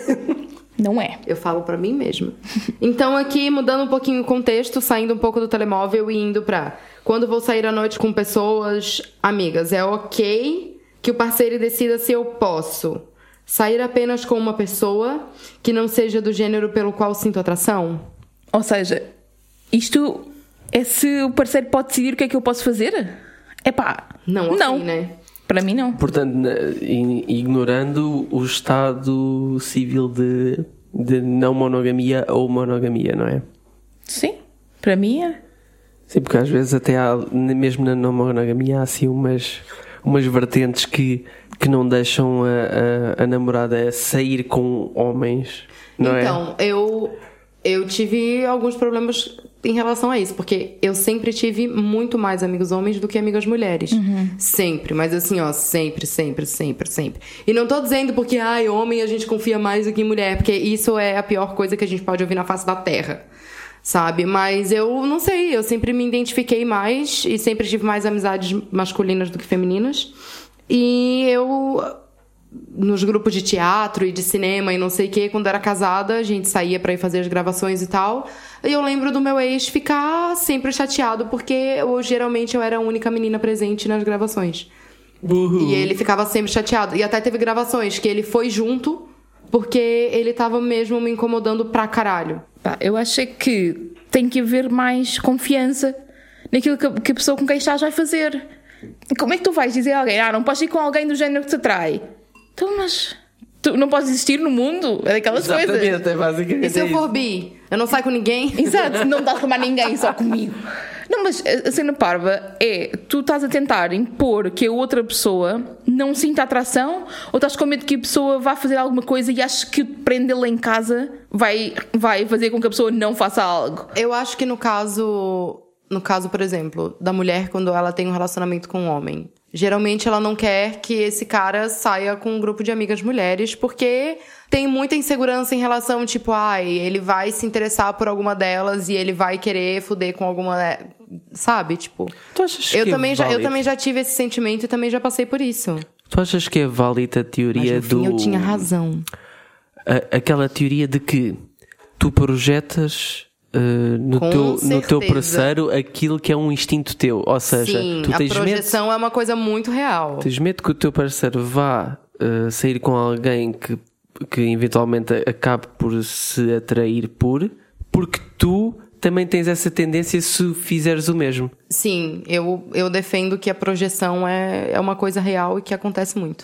Não, não é. Eu falo pra mim mesma. Então aqui, mudando um pouquinho o contexto, saindo um pouco do telemóvel e indo pra... Quando vou sair à noite com pessoas amigas, é ok que o parceiro decida se eu posso sair apenas com uma pessoa que não seja do gênero pelo qual sinto atração? Ou seja, isto é se o parceiro pode decidir o que é que eu posso fazer? Epá, Não, não. assim, né? Para mim não. Portanto, na- i- ignorando o estado civil de, de não monogamia ou monogamia, não é? Sim, para mim é. Sim, porque às vezes até há, mesmo na não monogamia, há assim umas, umas vertentes que, que não deixam a, a, a namorada sair com homens, não é? Então, eu, eu tive alguns problemas em relação a isso, porque eu sempre tive muito mais amigos homens do que amigas mulheres. Sempre, mas assim, ó, sempre, sempre, sempre, sempre. E não tô dizendo porque, ai, homem a gente confia mais do que em mulher, porque isso é a pior coisa que a gente pode ouvir na face da terra, sabe? Mas eu não sei, eu sempre me identifiquei mais e sempre tive mais amizades masculinas do que femininas. E eu... nos grupos de teatro e de cinema e não sei o que, quando era casada, a gente saía pra ir fazer as gravações e tal. E eu lembro do meu ex ficar sempre chateado, porque eu, geralmente eu era a única menina presente nas gravações. Uhul. E ele ficava sempre chateado. E até teve gravações que ele foi junto, porque ele tava mesmo me incomodando pra caralho. Pá, eu acho é que tem que haver mais confiança naquilo que a, que a pessoa com quem estás vai fazer. Como é que tu vais dizer a alguém, ah, não podes ir com alguém do género que te atrai? Então, mas tu não podes existir no mundo? É daquelas coisas. Exatamente, é basicamente E se eu isso. for bi? Eu não saio com ninguém? Exato, não dá a arrumar ninguém, só comigo. Não, mas a cena parva é, tu estás a tentar impor que a outra pessoa não sinta atração, ou estás com medo que a pessoa vá fazer alguma coisa e achas que prendê-la em casa vai, vai fazer com que a pessoa não faça algo? Eu acho que no caso, no caso, por exemplo, da mulher quando ela tem um relacionamento com um homem, geralmente ela não quer que esse cara saia com um grupo de amigas mulheres, porque tem muita insegurança em relação, tipo, ai, ele vai se interessar por alguma delas e ele vai querer foder com alguma, sabe? Tipo, Tu achas eu que também é já, eu válido? também já tive esse sentimento e também já passei por isso. Tu achas que é válida a Mas teoria no fim do... eu tinha razão. a- aquela teoria de que tu projetas uh, no, Com teu, no teu certeza. parceiro aquilo que é um instinto teu. Ou seja, Sim, tu a tens medo, projeção é uma coisa muito real. tens medo que o teu parceiro vá uh, sair com alguém que, que eventualmente acabe por se atrair por, porque tu também tens essa tendência se fizeres o mesmo. Sim, eu, eu defendo que a projeção é, é uma coisa real e que acontece muito.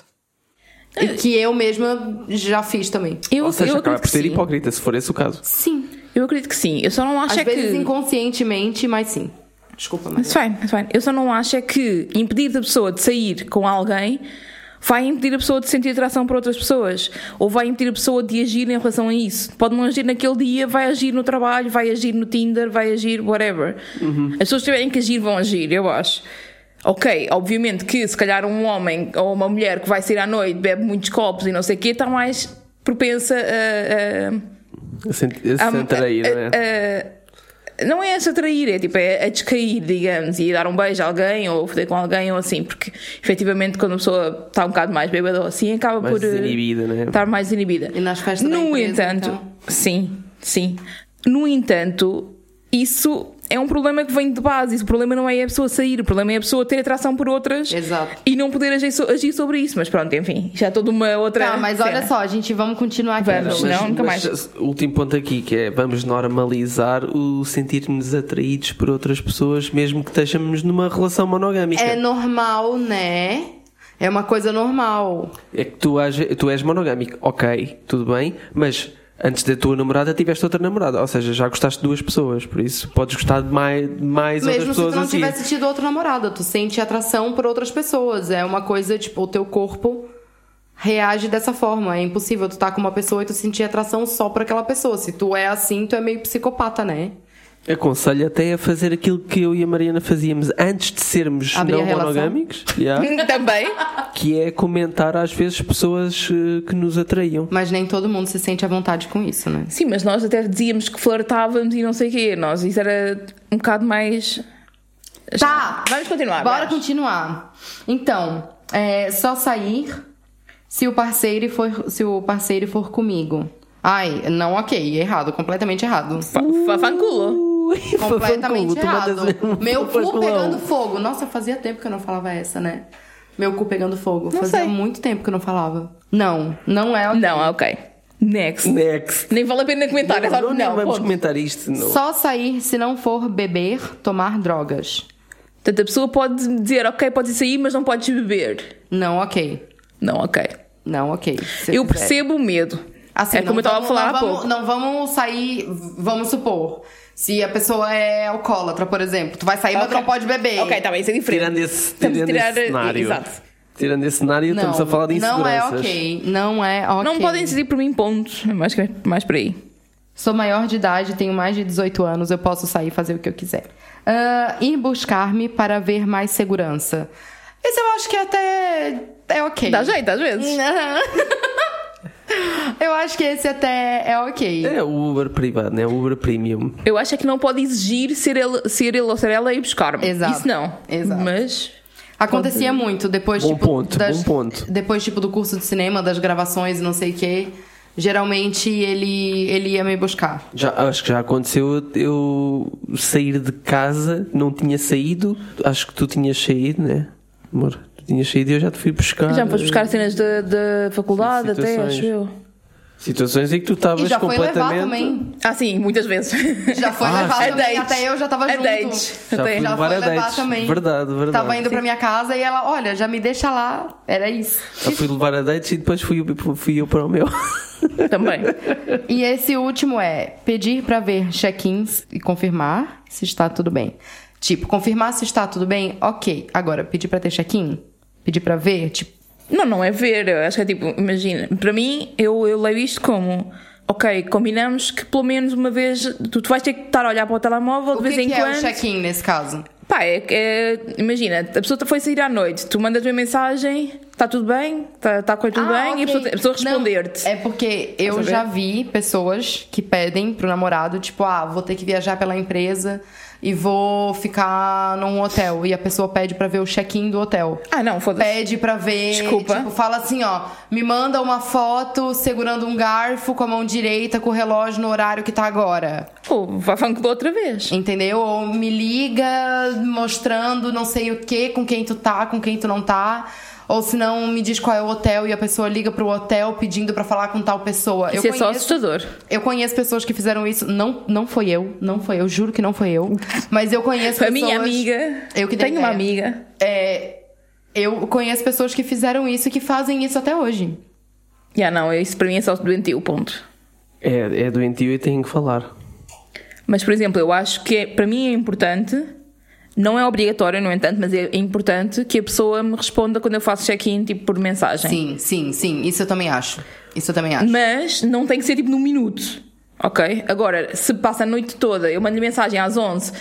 E que eu mesma já fiz também. Eu, Ou seja, eu acaba acredito por que ser sim. hipócrita, se for esse o caso. Sim. Eu acredito que sim. Eu só não acho Às é vezes que... inconscientemente, mas sim. Desculpa, mas... That's fine, that's fine. Eu só não acho é que impedir a pessoa de sair com alguém vai impedir a pessoa de sentir atração por outras pessoas, ou vai impedir a pessoa de agir em relação a isso. Pode não agir naquele dia, vai agir no trabalho, vai agir no Tinder, vai agir whatever. As pessoas que tiverem que agir vão agir, eu acho. ok, obviamente que se calhar um homem ou uma mulher que vai sair à noite, bebe muitos copos e não sei o quê, está mais propensa a... A se, a se atrair, não é? A, não é a se atrair, é tipo é a descair, digamos, e dar um beijo a alguém ou foder com alguém ou assim, porque efetivamente quando a pessoa está um bocado mais bêbada ou assim, acaba mais por desinibida, né? estar mais desinibida. E nas festas da No empresa, entanto, então? sim, sim. No entanto, isso é um problema que vem de base. Isso, o problema não é a pessoa sair, o problema é a pessoa ter atração por outras. Exato. E não poder agir, so- agir sobre isso. Mas pronto, enfim, já toda uma outra. Tá, mas cena. olha só, a gente vamos continuar aqui. Vamos, no jogo. não, nunca Mas, mais. o último ponto aqui, que é vamos normalizar o sentir-nos atraídos por outras pessoas, mesmo que estejamos numa relação monogâmica. É normal, né? É uma coisa normal. É que tu, age- tu és monogâmico, ok, tudo bem, mas antes da tua namorada tiveste outra namorada, ou seja, já gostaste de duas pessoas, por isso podes gostar de mais, mais Mesmo outras se tu pessoas não assim. tivesse tido outra namorada, tu sente atração por outras pessoas. É uma coisa, tipo, o teu corpo reage dessa forma. É impossível tu tá com uma pessoa e tu sentir atração só por aquela pessoa. Se tu é assim, tu é meio psicopata, né? Aconselho até a fazer aquilo que eu e a Mariana fazíamos antes de sermos Abrir a não relação. monogâmicos, yeah, Também. que é comentar às vezes pessoas eh, que nos atraíam. Mas nem todo mundo se sente à vontade com isso, né? Sim, mas nós até dizíamos que flertávamos e não sei o quê. Nós, isso era um bocado mais. Tá! Vamos continuar. Bora vamos. continuar. Então, é só sair se o parceiro for, se o parceiro for comigo. Ai, não, ok, errado, completamente errado. Fa- fa- Fanculo. Completamente Tu mandas errado. um Meu cu fanculão. pegando fogo. Nossa, fazia tempo que eu não falava essa, né? Meu cu pegando fogo. Não fazia sei. muito tempo que eu não falava. Não, não é ok. Não, ok. Next. Next. Nem vale a pena comentar. é só- não, não não, vamos ponto. comentar isto. Não. Só sair se não for beber, tomar drogas. Portanto, a pessoa pode dizer, ok, pode sair, mas não podes beber. Não, ok. Não, ok. Não, ok. Se Eu quiser. percebo o medo. Assim, é não como eu estava a vamos- falar não há vamos, pouco. Não vamos sair, vamos supor, se a pessoa é alcoólatra, por exemplo, tu vai sair, mas Ok. não pode beber. Ok, está bem, isso é diferente. Tirando esse, Estamos a tirando tirar- esse cenário. Exato. Tirando esse cenário, Não, estamos a falar de não é inseguranças. ok, não é ok. Não podem decidir por mim, pontos. É mais, que- mais por aí. Sou maior de idade, tenho mais de dezoito anos, eu posso sair e fazer o que eu quiser. Ah, ir buscar-me para ver mais segurança. Esse eu acho que até é ok. Dá jeito, às vezes. Eu acho que esse até é ok. É o Uber privado, né? O Uber Premium. Eu acho é que não pode exigir ser ele, ser ele ou ser ela e buscar-me. Exato. Isso não. Exato. Mas... Acontecia muito depois, Bom tipo, ponto, das, bom ponto. depois tipo do curso de cinema, das gravações, e não sei o quê. Geralmente ele ele ia me buscar. Já, acho que já aconteceu eu sair de casa, não tinha saído. Acho que tu tinhas saído, né? Amor, tu tinhas saído e eu já te fui buscar. Já me foste buscar cenas da, da faculdade até, Situações. acho eu. Situações em que tu estavas E já foi levar completamente. também. Ah, sim, muitas vezes. Já foi Ah, levar a também. dates. Até eu já tava A junto. dates. Já Até. fui Já levar foi a levar dates. também. Verdade, verdade. Tava indo pra minha casa e ela, olha, já me deixa lá. Era isso. Já fui levar a dates e depois fui, eu- fui eu para o meu. Também. E esse último é pedir pra ver check-ins e confirmar se está tudo bem. Tipo, confirmar se está tudo bem, ok. Agora, pedir pra ter check-in? Pedir pra ver? Tipo, Não, não é ver. Eu acho que é tipo, imagina. Para mim, eu, eu leio isto como... Ok, combinamos que pelo menos uma vez... Tu, tu vais ter que estar a olhar para o telemóvel de o vez que, em que é quando. o check-in nesse caso? Pá, é, é, imagina, a pessoa foi sair à noite, tu mandas uma mensagem, está tudo bem, está tá com tudo bem, ok. e a pessoa, a pessoa Não, responder-te. é porque eu a ver? já vi pessoas que pedem pro namorado, tipo, ah, vou ter que viajar pela empresa e vou ficar num hotel. E a pessoa pede pra ver o check-in do hotel. Ah, não, foda-se. Pede pra ver, Desculpa. tipo, fala assim, ó, me manda uma foto segurando um garfo com a mão direita com o relógio no horário que tá agora. Pô, vai falando da outra vez. Entendeu? Ou me liga mostrando não sei o que, com quem tu tá, com quem tu não tá. Ou se não, me diz qual é o hotel e a pessoa liga pro hotel pedindo pra falar com tal pessoa. Isso é só assustador. Eu conheço pessoas que fizeram isso. Não, não foi eu, não foi eu, juro que não foi eu. Mas eu conheço A pessoas... minha amiga, Eu que dei tenho uma ideia. amiga. É, eu conheço pessoas que fizeram isso e que fazem isso até hoje. Já não, isso para mim é só doentio, ponto. É, é doentio e tenho que falar. Mas, por exemplo, eu acho que é, para mim é importante, não é obrigatório, no entanto, mas é importante que a pessoa me responda quando eu faço check-in, tipo, por mensagem. Sim, sim, sim. Isso eu também acho. Isso eu também acho. Mas não tem que ser tipo num minuto, ok? Agora, se passa a noite toda, eu mando-lhe mensagem às onze,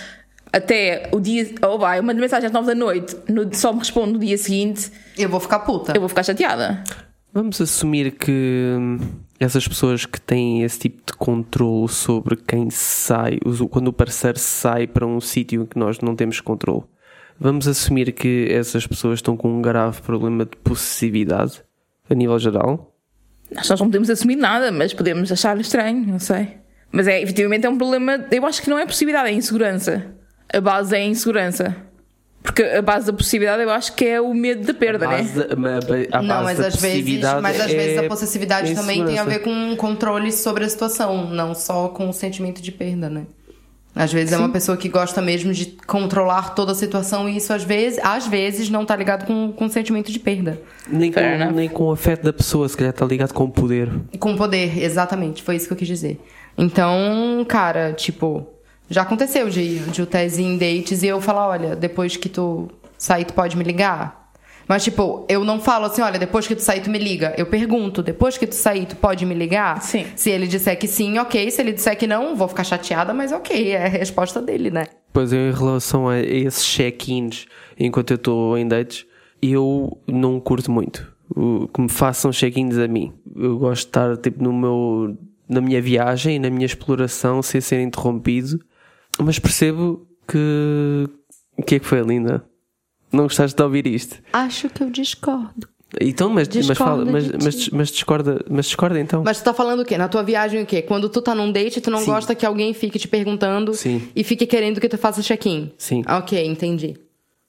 até o dia. Ou vai, eu mando mensagem às nove da noite, no, só me responde no dia seguinte. Eu vou ficar puta. Eu vou ficar chateada. Vamos assumir que essas pessoas que têm esse tipo de controle sobre quem sai, quando o parceiro sai para um sítio em que nós não temos controle, vamos assumir que essas pessoas estão com um grave problema de possessividade a nível geral? Nós não podemos assumir nada, mas podemos achar estranho, não sei. Mas é, efetivamente é um problema. Eu acho que não é possessividade, é insegurança. A base é a insegurança. Porque a base da possessividade eu acho que é o medo da perda, né? A não, mas da às vezes, mas às é vezes a possessividade também tem a ver insegurança. com controle sobre a situação, não só com o sentimento de perda, né? Às vezes Sim. é uma pessoa que gosta mesmo de controlar toda a situação e isso às vezes, às vezes não tá ligado com, com o sentimento de perda. Nem com, nem com o afeto da pessoa, se calhar tá ligado com o poder. Com o poder, exatamente, foi isso que eu quis dizer. Então, cara, tipo, já aconteceu de, de o Tese em dates e eu falar, olha, depois que tu sair tu pode me ligar? Mas, tipo, eu não falo assim, olha, depois que tu sair, tu me liga. Eu pergunto, depois que tu sair, tu pode me ligar? Sim. Se ele disser que sim, ok. Se ele disser que não, vou ficar chateada, mas ok, é a resposta dele, né? Pois eu, em relação a esses check-ins, enquanto eu estou em dates, eu não curto muito o, que me façam check-ins a mim. Eu gosto de estar, tipo, no meu, na minha viagem, na minha exploração, sem ser interrompido. Mas percebo que... O que é que foi, Linda? Não gostaste de ouvir isto? Acho que eu discordo. Então, mas, mas, fala, mas, de mas, mas discorda, mas discorda então. Mas tu tá falando o quê? Na tua viagem o quê? Quando tu tá num date, tu não Sim. gosta que alguém fique te perguntando Sim. e fique querendo que tu faça check-in? Sim. Ok, entendi.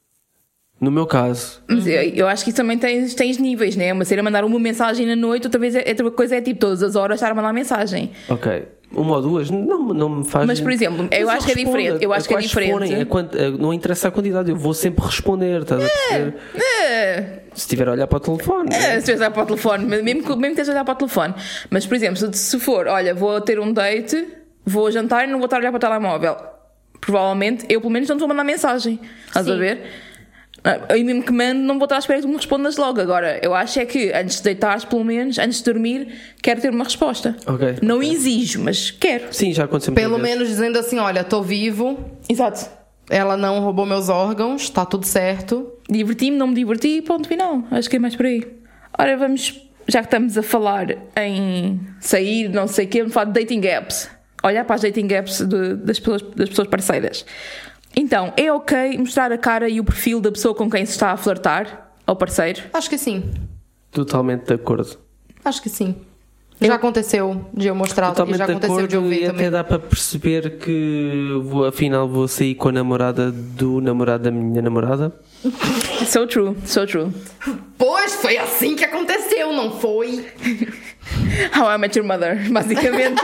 No meu caso. Mas eu, eu acho que também tens, tens níveis, né? Uma cena é mandar uma mensagem na noite, outra, vez é, outra coisa é tipo todas as horas estar a mandar mensagem. Ok. Uma ou duas não, não me faz... Mas, por exemplo, eu Mas acho que é respondo. diferente. Eu acho que é Quais diferente. forem, a quant- a- não interessa a quantidade, eu vou sempre responder, estás a perceber? É, Se estiver a olhar para o telefone. é, se estiver a olhar para o telefone, mesmo que, mesmo que esteja a olhar para o telefone. Mas, por exemplo, se, se for, olha, vou ter um date, vou jantar e não vou estar a olhar para o telemóvel. Provavelmente, eu pelo menos não te vou mandar mensagem. Estás a ver? Aí mesmo que mando, não vou estar à espera que tu me respondas logo. Agora, eu acho é que antes de deitares, pelo menos, antes de dormir, quero ter uma resposta. Ok. Não exijo, mas quero. Sim, já aconteceu muitas Pelo vezes. menos dizendo assim, olha, tô vivo, Exato. ela não roubou meus órgãos, tá tudo certo. Diverti-me, não me diverti, ponto final. Acho que é mais por aí. Ora, vamos, já que estamos a falar em sair, não sei o quê, vamos falar de dating apps. Olhar para as dating apps de, das, pessoas, das pessoas parceiras. Então, é ok mostrar a cara e o perfil da pessoa com quem se está a flertar ao parceiro? Acho que sim. Totalmente de acordo. Acho que sim. Já aconteceu de eu mostrar e Totalmente já de aconteceu acordo de eu ver e também. até dá para perceber que vou, afinal vou sair com a namorada do namorado da minha namorada. So true, so true. Pois, foi assim que aconteceu, não foi? How I Met Your Mother, basicamente.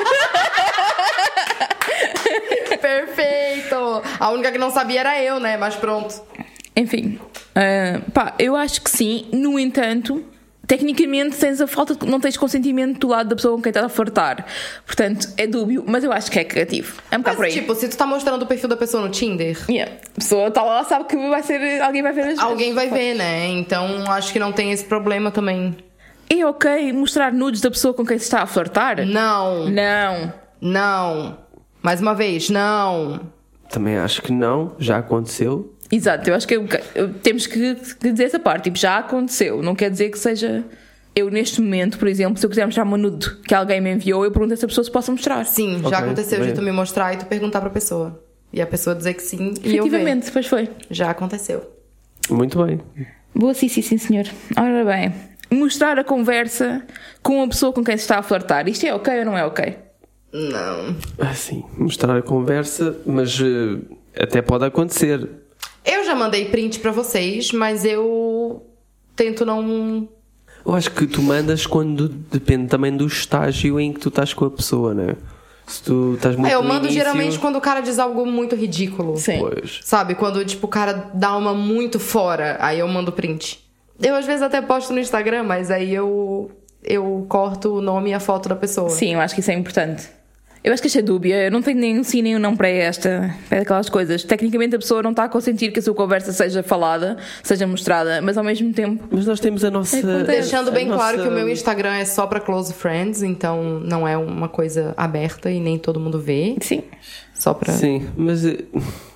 Perfeito! A única que não sabia era eu, né? Mas pronto. Enfim, uh, pá, eu acho que sim. No entanto, tecnicamente tens a falta de, não tens consentimento do lado da pessoa com quem estás a flertar. Portanto, é dúbio, mas eu acho que é cagativo. É um bocado por Mas aí. tipo, se tu tá mostrando o perfil da pessoa no Tinder, Yeah. A pessoa está lá, sabe que vai ser, alguém vai ver as alguém vai ver, né? Então acho que não tem esse problema também. É ok mostrar nudes da pessoa com quem se está a flertar? Não, Não. não. Mais uma vez, não. Também acho que não, já aconteceu. Exato, eu acho que eu- eu- temos que, que dizer essa parte. Tipo, já aconteceu. Não quer dizer que seja... Eu, neste momento, por exemplo, se eu quiser mostrar uma nude que alguém me enviou, eu pergunto a essa pessoa se posso mostrar. Sim, já Ok, aconteceu de bem. tu me mostrar e tu perguntar pra pessoa. E a pessoa dizer que sim e eu ver. Efetivamente, depois foi. Já aconteceu. Muito bem. Boa, sim, sim, sim, senhor. Ora bem, mostrar a conversa com a pessoa com quem se está a flertar. Isto é ok ou não é ok? Não. Assim, mostrar a conversa, mas eh, até pode acontecer. Eu já mandei print pra vocês, mas eu tento não... Eu acho que tu mandas quando depende também do estágio em que tu estás com a pessoa, né? Se tu estás muito É, eu no mando início, geralmente quando o cara diz algo muito ridículo. Sim. Pois. Sabe? Quando, tipo, o cara dá uma muito fora, aí eu mando print. Eu, às vezes, até posto no Instagram, mas aí eu, eu corto o nome e a foto da pessoa. Sim, eu acho que isso é importante. Eu acho que isto é dúbia. Eu não tenho nenhum sim nem um não para esta. Para aquelas coisas. Tecnicamente a pessoa não está a consentir que a sua conversa seja falada, seja mostrada, mas ao mesmo tempo... Mas nós temos a nossa... Acontece. Deixando bem a claro nossa- que o meu Instagram é só pra close friends, então não é uma coisa aberta e nem todo mundo vê. Sim. Só pra... Sim, mas eh,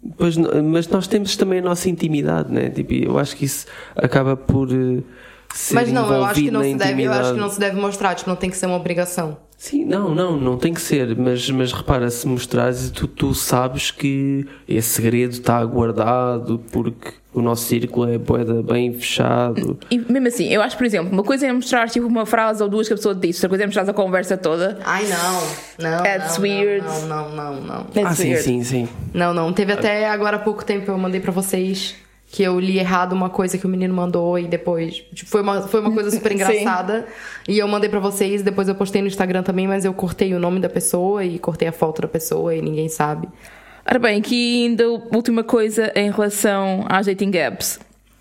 Pois, mas nós temos também a nossa intimidade, né? Tipo, eu acho que isso acaba por uh, ser Mas não, eu acho que não na se deve, eu intimidade. acho que não se deve mostrar, tipo, não tem que ser uma obrigação. Sim, não, não, não tem que ser, mas, mas repara, se mostrares, tu, tu sabes que esse segredo está guardado porque o nosso círculo é boeda bem fechado. E mesmo assim, eu acho, por exemplo, uma coisa é mostrar tipo uma frase ou duas que a pessoa disse, outra coisa é mostrar a conversa toda. Ai, não, não, That's não, weird. não, não, não, não. That's ah, sim, weird. sim, sim. Não, não, teve até agora há pouco tempo, eu mandei pra vocês que eu li errado uma coisa que o menino mandou e depois, tipo, foi uma, foi uma coisa super engraçada. E eu mandei pra vocês, depois eu postei no Instagram também, mas eu cortei o nome da pessoa e cortei a foto da pessoa e ninguém sabe. Ora bem, aqui ainda a última coisa em relação às dating apps.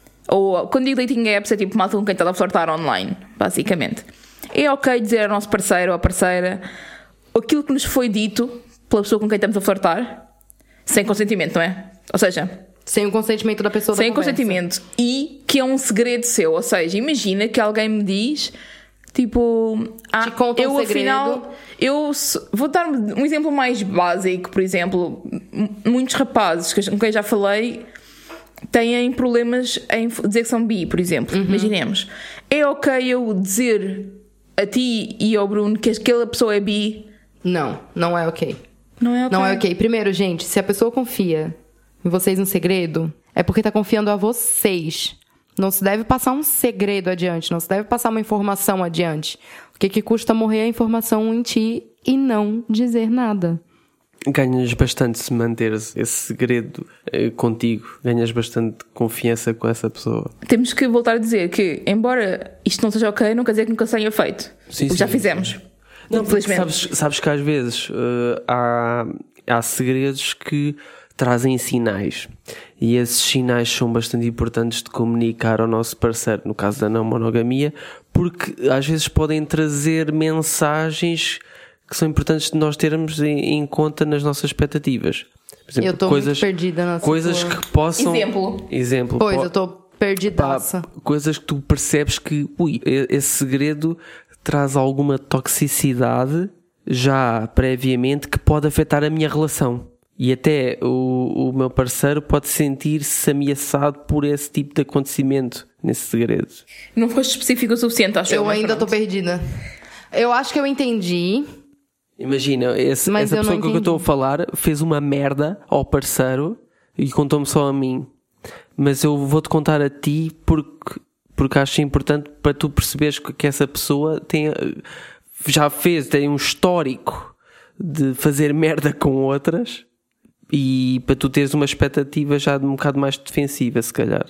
Ou, quando digo dating apps, é tipo malta com quem está a flertar online, basicamente. É ok dizer ao nosso parceiro ou parceira aquilo que nos foi dito pela pessoa com quem estamos a flertar, sem consentimento, não é? Ou seja... Sem o consentimento da pessoa da Sem conversa. consentimento. E que é um segredo seu. Ou seja, imagina que alguém me diz, tipo... Ah, Te conta um eu segredo. afinal... Eu so- vou dar um exemplo mais básico, por exemplo. M- Muitos rapazes com quem já falei têm problemas em f- dizer que são bi, por exemplo. Uhum. Imaginemos. É ok eu dizer a ti e ao Bruno que aquela pessoa é bi? Não, não é ok. Não é ok. Não é ok. Primeiro, gente, se a pessoa confia em vocês um segredo, é porque tá confiando a vocês. Não se deve passar um segredo adiante, não se deve passar uma informação adiante. O que que custa morrer a informação em ti e não dizer nada? Ganhas bastante se manteres esse segredo eh, contigo. Ganhas bastante confiança com essa pessoa. Temos que voltar a dizer que, embora isto não seja ok, não quer dizer que nunca se tenha feito. Sim, Porque sim, já fizemos. sim. Não, porque Infelizmente. sabes, sabes que às vezes uh, há, há segredos que trazem sinais. E esses sinais são bastante importantes de comunicar ao nosso parceiro, no caso da não monogamia, porque às vezes podem trazer mensagens que são importantes de nós termos em, em conta nas nossas expectativas. Por exemplo, Eu tô coisas, muito perdida na coisas sua- que possam... Exemplo. Exemplo. Pois, po- eu tô perdidaça. Pá, coisas que tu percebes que, ui, esse segredo traz alguma toxicidade já previamente que pode afetar a minha relação. E até o, o meu parceiro pode sentir-se ameaçado por esse tipo de acontecimento nesse segredo. Não foste específico o suficiente, acho Eu mas ainda tô pronto. perdida. Eu acho que eu entendi. Imagina, esse, Mas essa eu não pessoa com que eu estou a entendi. falar fez uma merda ao parceiro e contou-me só a mim. Mas eu vou-te contar a ti porque, porque acho importante para tu perceberes que, que essa pessoa tem, já fez, tem um histórico de fazer merda com outras e para tu teres uma expectativa já um bocado mais defensiva, se calhar.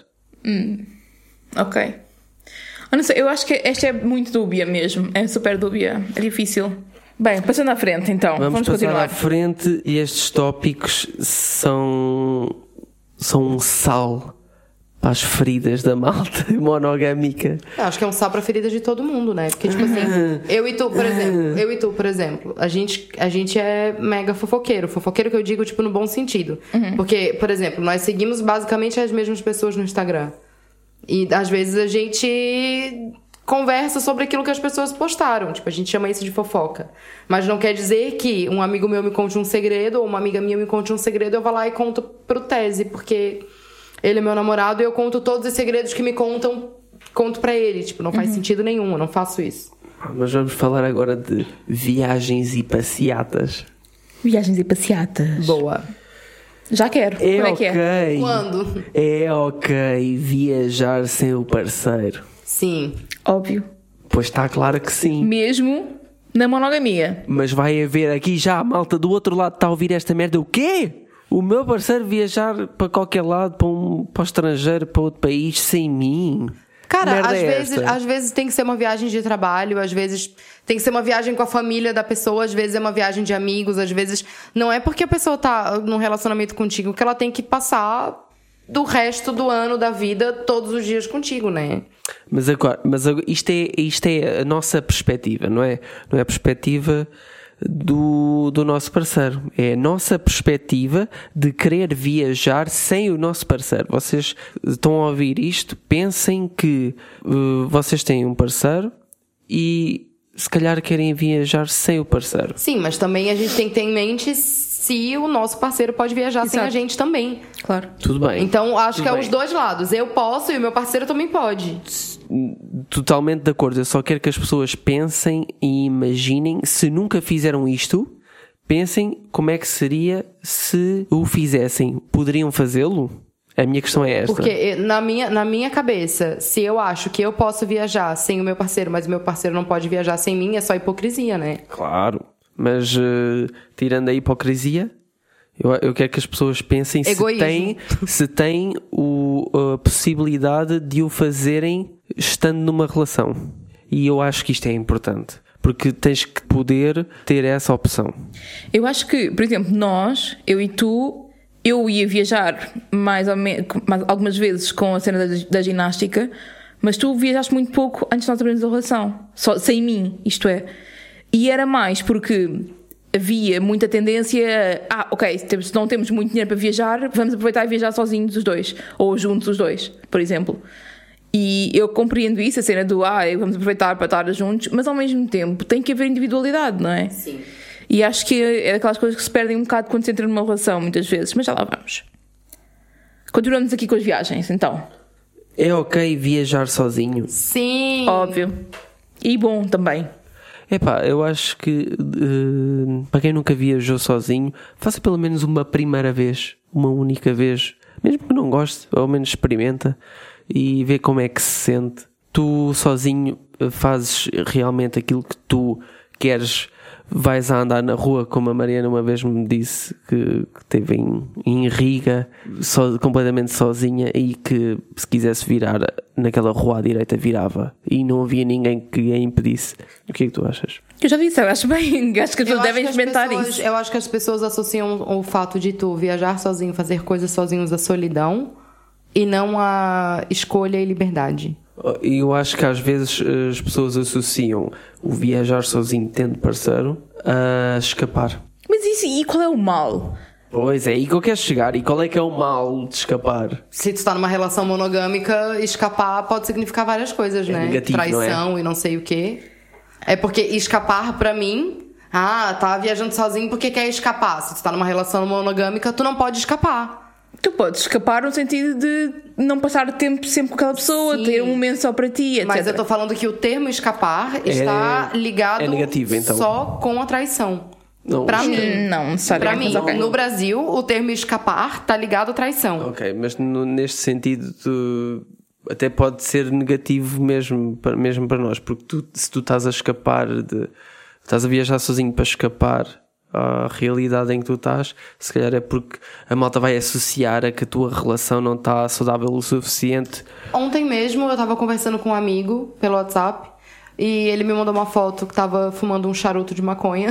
Ok. Eu não sei, eu acho que esta é muito dúbia mesmo. É super dúbia. É difícil. Bem, passando à frente então. Vamos, Vamos, passar continuar. à frente e estes tópicos são, são um sal para as feridas da malta monogâmica. Eu acho que é um sal pra ferida de todo mundo, né? Porque, tipo assim, eu e tu, por exemplo, eu e tu, por exemplo, a gente, a gente é mega fofoqueiro. Fofoqueiro que eu digo, tipo, no bom sentido. Porque, por exemplo, nós seguimos basicamente as mesmas pessoas no Instagram. E, às vezes, a gente conversa sobre aquilo que as pessoas postaram. Tipo, a gente chama isso de fofoca. Mas não quer dizer que um amigo meu me conte um segredo ou uma amiga minha me conte um segredo, eu vou lá e conto pro Tese, porque ele é meu namorado e eu conto todos os segredos que me contam, conto pra ele. Tipo, não faz sentido nenhum, eu não faço isso. Mas vamos falar agora de viagens e passeatas. Viagens e passeatas. Boa. Já quero. É Como é ok. que é? Quando? É ok viajar sem o parceiro. Sim. Óbvio. Pois está claro que sim. Mesmo na monogamia. Mas vai haver aqui já a malta do outro lado está a ouvir esta merda. O quê? O meu parceiro viajar para qualquer lado, para, um, para o estrangeiro, para outro país, sem mim? Cara, Merda às é vezes, esta? às vezes tem que ser uma viagem de trabalho, às vezes tem que ser uma viagem com a família da pessoa, às vezes é uma viagem de amigos, às vezes não é porque a pessoa tá num relacionamento contigo que ela tem que passar do resto do ano da vida todos os dias contigo, né? Mas agora, mas agora isto, é, isto é a nossa perspectiva, não é? Não é a perspectiva do, do nosso parceiro. É a nossa perspectiva de querer viajar sem o nosso parceiro. Vocês estão a ouvir isto, pensem que uh, vocês têm um parceiro e se calhar querem viajar sem o parceiro. Sim, mas também a gente tem que ter em mente se o nosso parceiro pode viajar Exato. Sem a gente também. Claro. Tudo bem. Então, acho Tudo que bem. é os dois lados. Eu posso e o meu parceiro também pode. Totalmente de acordo. Eu só quero que as pessoas pensem e imaginem, se nunca fizeram isto, pensem como é que seria se o fizessem. Poderiam fazê-lo? A minha questão é esta. Porque na minha, na minha cabeça, se eu acho que eu posso viajar sem o meu parceiro, mas o meu parceiro não pode viajar sem mim, é só hipocrisia, né? Claro. Mas uh, tirando a hipocrisia, eu, eu quero que as pessoas pensem Egoísmo. se têm, se têm o, a possibilidade de o fazerem estando numa relação. E eu acho que isto é importante. Porque tens que poder ter essa opção. Eu acho que, por exemplo, nós, eu e tu... Eu ia viajar mais ou menos, algumas vezes com a cena da, da ginástica, mas tu viajaste muito pouco antes de nós abrirmos a relação. Só, sem mim, isto é. E era mais porque havia muita tendência a, ah, ok, se não temos muito dinheiro para viajar, vamos aproveitar e viajar sozinhos os dois. Ou juntos os dois, por exemplo. E eu compreendo isso, a cena do, ah, vamos aproveitar para estar juntos, mas ao mesmo tempo tem que haver individualidade, não é? Sim. E acho que é daquelas coisas que se perdem um bocado quando se entra numa relação, muitas vezes. Mas já lá vamos. Continuamos aqui com as viagens, então. É ok viajar sozinho? Sim. Óbvio. E bom também. Epá, eu acho que uh, para quem nunca viajou sozinho, faça pelo menos uma primeira vez, uma única vez, mesmo que não goste, ao menos experimenta e vê como é que se sente. Tu sozinho fazes realmente aquilo que tu queres. Vais a andar na rua, como a Mariana uma vez me disse que, que esteve em, em Riga, so, completamente sozinha, e que se quisesse virar naquela rua à direita virava e não havia ninguém que a impedisse. O que é que tu achas? Eu já disse, eu acho bem, acho que as pessoas devem experimentar pessoas, isso. Eu acho que as pessoas associam o fato de tu viajar sozinho, fazer coisas sozinhos à solidão e não a escolha e liberdade. E eu acho que às vezes as pessoas associam o viajar sozinho tendo parceiro a escapar. Mas isso, e qual é o mal? Pois é, aí que eu quero chegar. E qual é que é o mal de escapar? Se tu está numa relação monogâmica, escapar pode significar várias coisas, é né? Negativo, traição não é? E não sei o quê. É porque escapar pra mim, ah, tá viajando sozinho porque quer escapar. Se tu tá numa relação monogâmica, tu não pode escapar. Tu podes escapar no sentido de não passar tempo sempre com aquela pessoa, Sim. ter um momento só para ti, etcétera. Mas eu tô falando que o termo escapar é, está ligado é negativo, então. Só com a traição. Não, pra mim. Não, necessariamente. Pra mim, okay. No Brasil, o termo escapar tá ligado à traição. Ok, mas no, neste sentido tu, até pode ser negativo mesmo, mesmo para nós, porque tu, se tu estás a escapar de... Estás a viajar sozinho para escapar à realidade em que tu estás, se calhar é porque a malta vai associar a que a tua relação não está saudável o suficiente. Ontem mesmo eu estava conversando com um amigo pelo WhatsApp e ele me mandou uma foto que estava fumando um charuto de maconha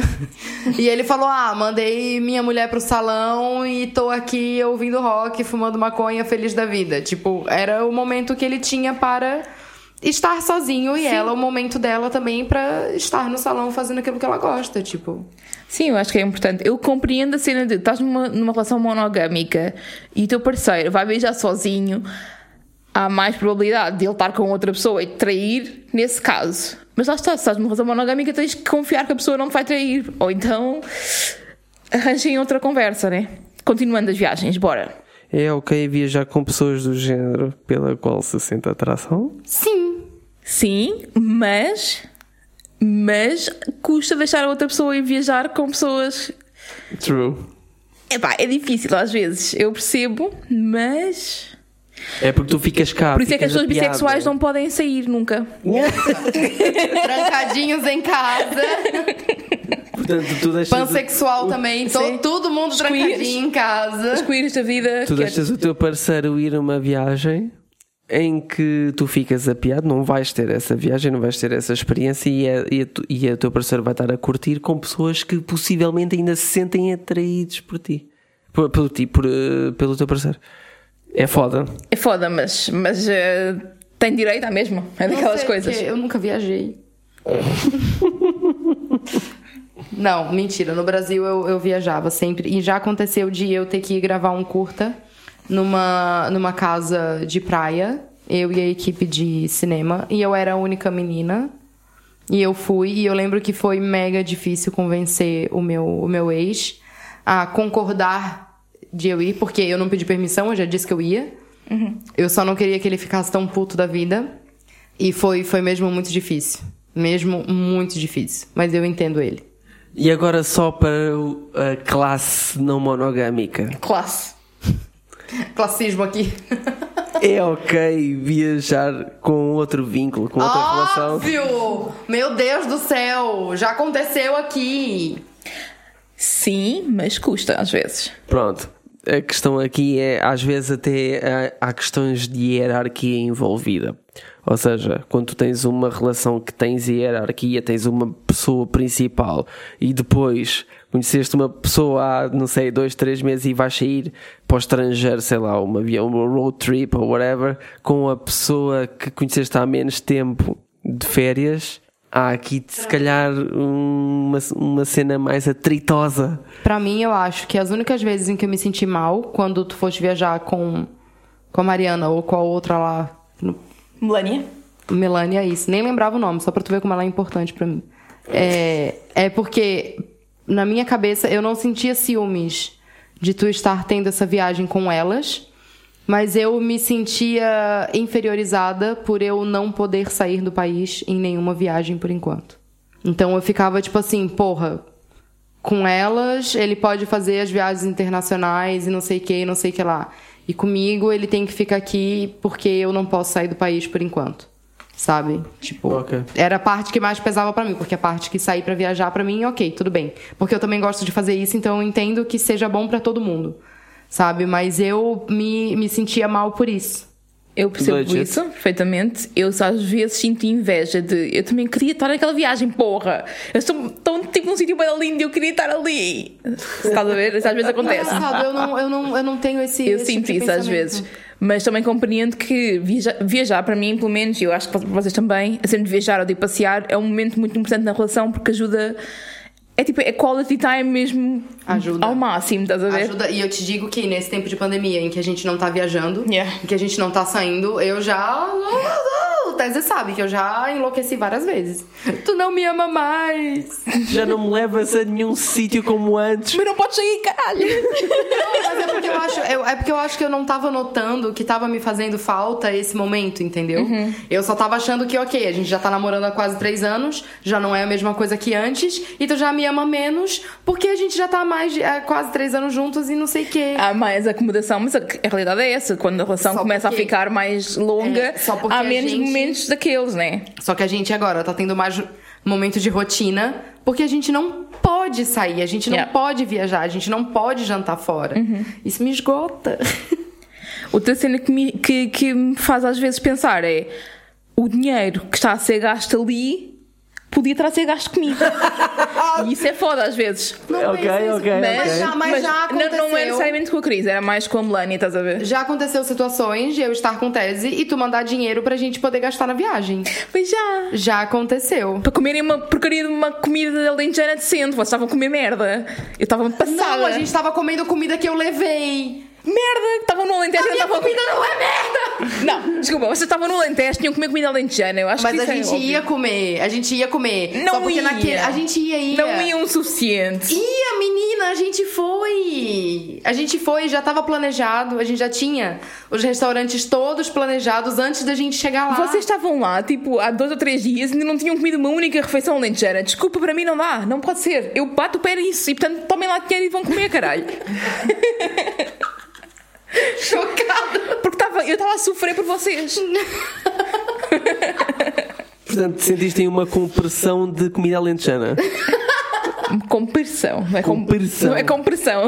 e ele falou, ah, mandei minha mulher pro salão e tô aqui ouvindo rock, fumando maconha, feliz da vida. Tipo, era o momento que ele tinha para estar sozinho e Sim. ela, o momento dela também para estar no salão fazendo aquilo que ela gosta, tipo... Sim, eu acho que é importante. Eu compreendo a cena de estás numa, numa relação monogâmica e o teu parceiro vai beijar sozinho, há mais probabilidade de ele estar com outra pessoa e te trair nesse caso. Mas lá está, se estás numa relação monogâmica tens que confiar que a pessoa não te vai trair. Ou então arranjem outra conversa, né? Continuando as viagens, bora. É ok viajar com pessoas do género pela qual se sente atração? Sim. Sim, mas... Mas custa deixar a outra pessoa ir viajar com pessoas... True. Epá, é difícil às vezes, eu percebo, mas... É porque tu ficas cá. Por isso é que as pessoas apiado. bissexuais não podem sair nunca. Trancadinhos em casa. Portanto, tu deixas pansexual o... também. Todo, todo mundo trancadinho em casa. Os queers da vida. Tu deixas é... o teu parceiro ir a uma viagem em que tu ficas apiado, não vais ter essa viagem, não vais ter essa experiência e, é, e, e o teu parceiro vai estar a curtir com pessoas que possivelmente ainda se sentem atraídos por ti. Por, pelo ti, por, uh, pelo teu parceiro. É foda. É foda, mas, mas uh, tem direito à mesma. É daquelas sei, coisas. Eu nunca viajei. Não, mentira. No Brasil eu, eu viajava sempre. E já aconteceu de eu ter que ir gravar um curta numa, numa casa de praia. Eu e a equipe de cinema. E eu era a única menina. E eu fui, e eu lembro que foi mega difícil convencer o meu, o meu ex a concordar de eu ir, porque eu não pedi permissão, eu já disse que eu ia. Uhum. Eu só não queria que ele ficasse tão puto da vida. E foi, foi mesmo muito difícil. Mesmo muito difícil. Mas eu entendo ele. E agora só para o- a classe não monogâmica. Classe. Classismo aqui. É ok viajar com outro vínculo, com outra relação? Óbvio! Meu Deus do céu! Já aconteceu aqui. Sim, mas custa às vezes. Pronto. A questão aqui é, às vezes até há há questões de hierarquia envolvida. Ou seja, quando tu tens uma relação que tens hierarquia, tens uma pessoa principal e depois conheceste uma pessoa há, não sei, dois, três meses e vais sair para o estrangeiro, sei lá, uma, via- uma road trip ou whatever, com a pessoa que conheceste há menos tempo de férias, há aqui se calhar uma, uma cena mais atritosa. Pra mim, eu acho que as únicas vezes em que eu me senti mal, quando tu foste viajar com, com a Mariana ou com a outra lá, no, Melania? Melania, isso. Nem lembrava o nome, só pra tu ver como ela é importante pra mim. É, é porque, na minha cabeça, eu não sentia ciúmes de tu estar tendo essa viagem com elas, mas eu me sentia inferiorizada por eu não poder sair do país em nenhuma viagem por enquanto. Então eu ficava tipo assim, porra, com elas ele pode fazer as viagens internacionais e não sei o que, não sei o que lá. E comigo ele tem que ficar aqui porque eu não posso sair do país por enquanto. Sabe? Tipo, Ok. era a parte que mais pesava pra mim, porque a parte que sair pra viajar pra mim, ok, tudo bem. Porque eu também gosto de fazer isso, então eu entendo que seja bom pra todo mundo. Sabe? Mas eu me, me sentia mal por isso. Eu percebo Legit. isso perfeitamente. Eu só às vezes sinto inveja de. Eu também queria estar naquela viagem, porra. Eu estou tão tipo num sítio bem lindo e eu queria estar ali. Estás a ver? Isso às vezes acontece. Engraçado, eu não, eu não, eu não tenho esse. Eu esse sinto tipo de isso às pensamento. vezes. Mas também compreendo que viajar, viajar, para mim, pelo menos, e eu acho que para vocês também, a cena de viajar ou de passear é um momento muito importante na relação porque ajuda. É tipo, é quality time mesmo Ajuda. ao máximo, estás a ver? Ajuda, e eu te digo que nesse tempo de pandemia em que a gente não tá viajando, Yeah. em que a gente não tá saindo, eu já. O Tese sabe que eu já enlouqueci várias vezes. Tu não me ama mais. Já não me levas a nenhum sítio como antes. Mas não podes sair, caralho! Não, mas é porque eu acho, eu- é porque eu acho que eu não tava notando que tava me fazendo falta esse momento, entendeu? Uhum. Eu só tava achando que, ok, a gente já tá namorando há quase três anos, já não é a mesma coisa que antes, e tu já me ama menos, porque a gente já tá há mais de há quase três anos juntos e não sei o quê. Há mais acomodação, mas a, a realidade é essa. Quando a relação Só começa porque- a ficar mais longa, É, só porque há a menos gente- momentos daqueles, né? Só que a gente agora tá tendo mais momento de rotina, porque a gente não pode sair, a gente não Yeah. pode viajar, a gente não pode jantar fora. Isso me esgota. Outra cena que me, que, que me faz às vezes pensar é o dinheiro que está a ser gasto ali podia estar a ser gasto comigo. E isso é foda às vezes. Não Ok, pensa isso. ok, Mas ok. já, mas já não, aconteceu. não é necessariamente com a Cris, era mais com a Melania, estás a ver? Já aconteceu situações de eu estar com Tese e tu mandar dinheiro pra gente poder gastar na viagem. Mas já. Já aconteceu. Para comerem uma porcaria de uma comida alentejana decente, vocês estavam a comer merda. Eu estava passada. Não, a gente tava comendo comida que eu levei. Merda, que estavam no Alentejo. A eu minha estava a comida não é merda! Não, desculpa, vocês estavam no Alentejo, tinham que comer comida alentejana. Eu acho Mas que a isso é gente óbvio. ia comer, a gente ia comer. Não Só porque ia. naquele. A gente ia, ia. Não iam o suficiente. Ia, menina, a gente foi. A gente foi, já tava planejado, a gente já tinha os restaurantes todos planejados antes da gente chegar lá. Vocês estavam lá, tipo, há dois ou três dias e ainda não tinham comido uma única refeição alentejana. Desculpa, para mim não dá, não pode ser. Eu bato o pé nisso e, portanto, tomem lá dinheiro e vão comer, caralho. Chocada. Porque tava, eu estava a sofrer por vocês. Portanto, sentiste uma compressão de comida alentejana. Compressão, não é com- Compressão. Não é compressão.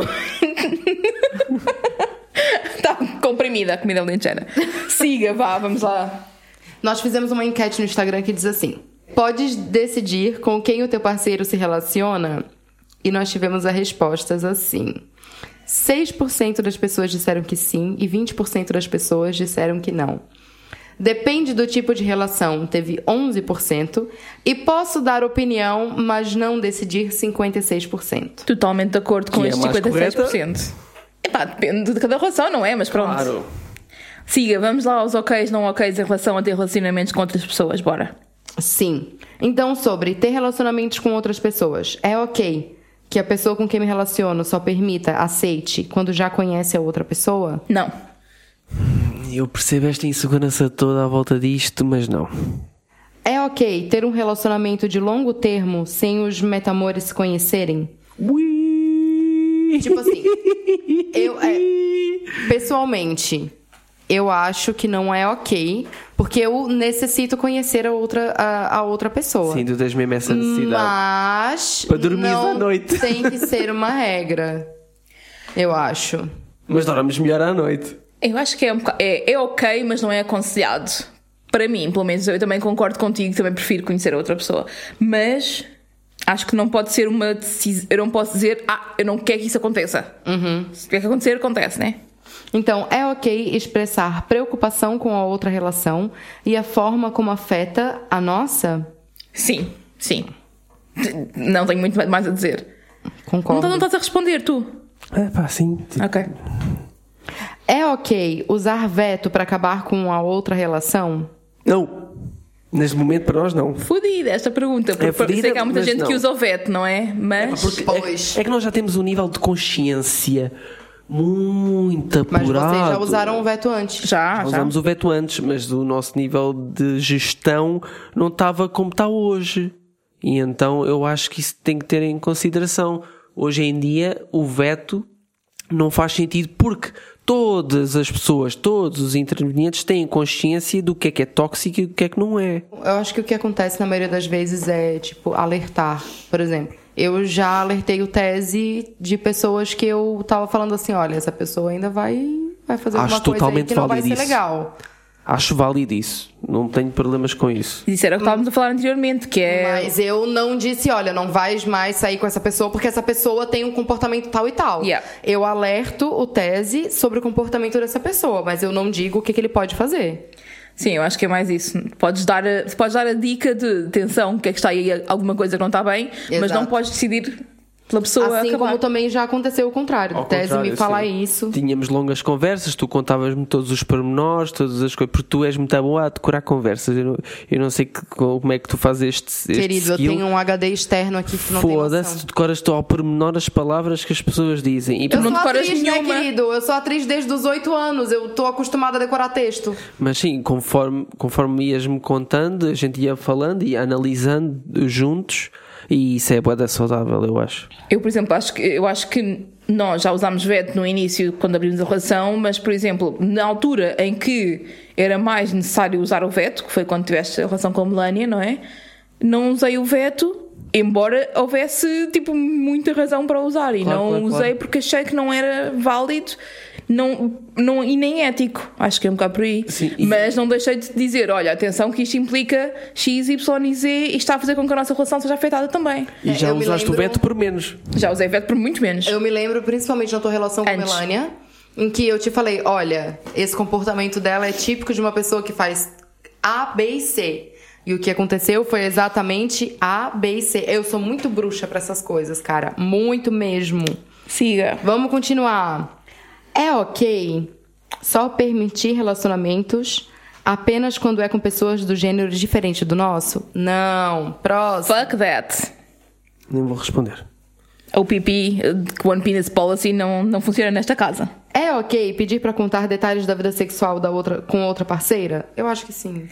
Está comprimida a comida alentejana. Siga, vá, vamos lá. Nós fizemos uma enquete no Instagram que diz assim: podes decidir com quem o teu parceiro se relaciona? E nós tivemos as respostas assim: seis por cento das pessoas disseram que sim e vinte por cento das pessoas disseram que não. Depende do tipo de relação, teve onze por cento. E posso dar opinião, mas não decidir, cinquenta e seis por cento. Totalmente de acordo com Que é estes mais cinquenta e seis por cento. Epá, depende de cada relação, não é? Mas pronto. Claro. Siga, vamos lá aos ok's, não ok's em relação a ter relacionamentos com outras pessoas, bora. Sim. Então, sobre ter relacionamentos com outras pessoas, é ok que a pessoa com quem me relaciono só permita, aceite, quando já conhece a outra pessoa? Não. Eu percebo esta insegurança toda à volta disto, mas não. É ok ter um relacionamento de longo termo sem os metamores se conhecerem? Ui. Tipo assim, eu, é, pessoalmente, eu acho que não é ok, porque eu necessito conhecer a outra, a, a outra pessoa. Sim, tu tens mesmo essa necessidade. Mas para dormir não à noite. Tem que ser uma regra, eu acho. Mas dormes melhor à noite. Eu acho que é, um boca- é, é ok, mas não é aconselhado. Para mim, pelo menos, eu também concordo contigo, também prefiro conhecer a outra pessoa. Mas acho que não pode ser uma decisão. Eu não posso dizer, ah, eu não quero que isso aconteça. Uhum. Se quer que acontecer, acontece, né? Então, é ok expressar preocupação com a outra relação e a forma como afeta a nossa? Sim, sim. Não tenho muito mais a dizer. Concordo. Não, não estás a responder, tu. É pá, sim. Ok. É ok usar veto para acabar com a outra relação? Não. Neste momento, para nós, não. Fodida esta pergunta. Porque É fodida, sei que há muita mas gente não. que usa o veto, não é? Mas. Porque Pois. é, é que nós já temos um nível de consciência muito apurado. Mas vocês já usaram o veto antes. Já, Já já. usámos o veto antes, mas o nosso nível de gestão não estava como está hoje. E então eu acho que isso tem que ter em consideração. Hoje em dia, o veto não faz sentido porque todas as pessoas, todos os intervenientes têm consciência do que é que é tóxico e do que é que não é. Eu acho que o que acontece na maioria das vezes é, tipo, alertar. Por exemplo, eu já alertei o tese de pessoas que eu tava falando assim, olha, essa pessoa ainda vai, vai fazer Acho alguma coisa aí totalmente que não vai válido ser isso. legal. Acho válido isso. Não tenho problemas com isso. Isso era o que estávamos a falar anteriormente, que é. Mas eu não disse, olha, não vais mais sair com essa pessoa porque essa pessoa tem um comportamento tal e tal. Yeah. Eu alerto o tese sobre o comportamento dessa pessoa, mas eu não digo o que, que ele pode fazer. Sim, eu acho que é mais isso. Podes dar a, podes dar a dica de atenção, que é que está aí alguma coisa que não está bem, mas Exato. não podes decidir pela pessoa Assim acabar. como também já aconteceu o contrário. Ao O tese contrário, me fala sim. isso. Tínhamos longas conversas, tu contavas-me todos os pormenores, todas as coisas, porque tu és muito boa a decorar conversas. Eu não, eu não sei que, como é que tu fazes este, este Querido, eu skill. tenho um H D externo aqui que tu não tem Foda-se, noção. tu decoras tu ao pormenor as palavras que as pessoas dizem. E, Eu não sou decoras atriz, né, nenhuma. querido? Eu sou atriz desde os oito anos. Eu tô acostumada a decorar texto. Mas sim, conforme, conforme ias-me contando, a gente ia falando e analisando juntos, e isso é bué da saudável, eu acho. Eu, por exemplo, acho que, eu acho que nós já usámos veto no início, quando abrimos a relação, mas, por exemplo, na altura em que era mais necessário usar o veto, que foi quando tiveste a relação com a Melania, não é? Não usei o veto, embora houvesse, tipo, muita razão para usar. E Claro, não claro, usei claro. porque achei que não era válido não, não, e nem ético. Acho que é um bocado por aí. Sim, e- Mas não deixei de dizer, olha, atenção que isto implica X, Y e Z e está a fazer com que a nossa relação seja afetada também. E É, já eu me usaste lembro- o veto por menos. Já usei veto por muito menos. Eu me lembro, principalmente na tua relação com a Antes. Melania, em que eu te falei, olha, esse comportamento dela é típico de uma pessoa que faz A, B e C. E o que aconteceu foi exatamente A, B e C. Eu sou muito bruxa pra essas coisas, cara. Muito mesmo. Siga. Vamos continuar. É ok só permitir relacionamentos apenas quando é com pessoas do gênero diferente do nosso? Não. Próximo. Fuck that. Nem vou responder. O P P, uh, One Penis Policy, não, não funciona nesta casa. É ok pedir pra contar detalhes da vida sexual da outra, com outra parceira? Eu acho que sim.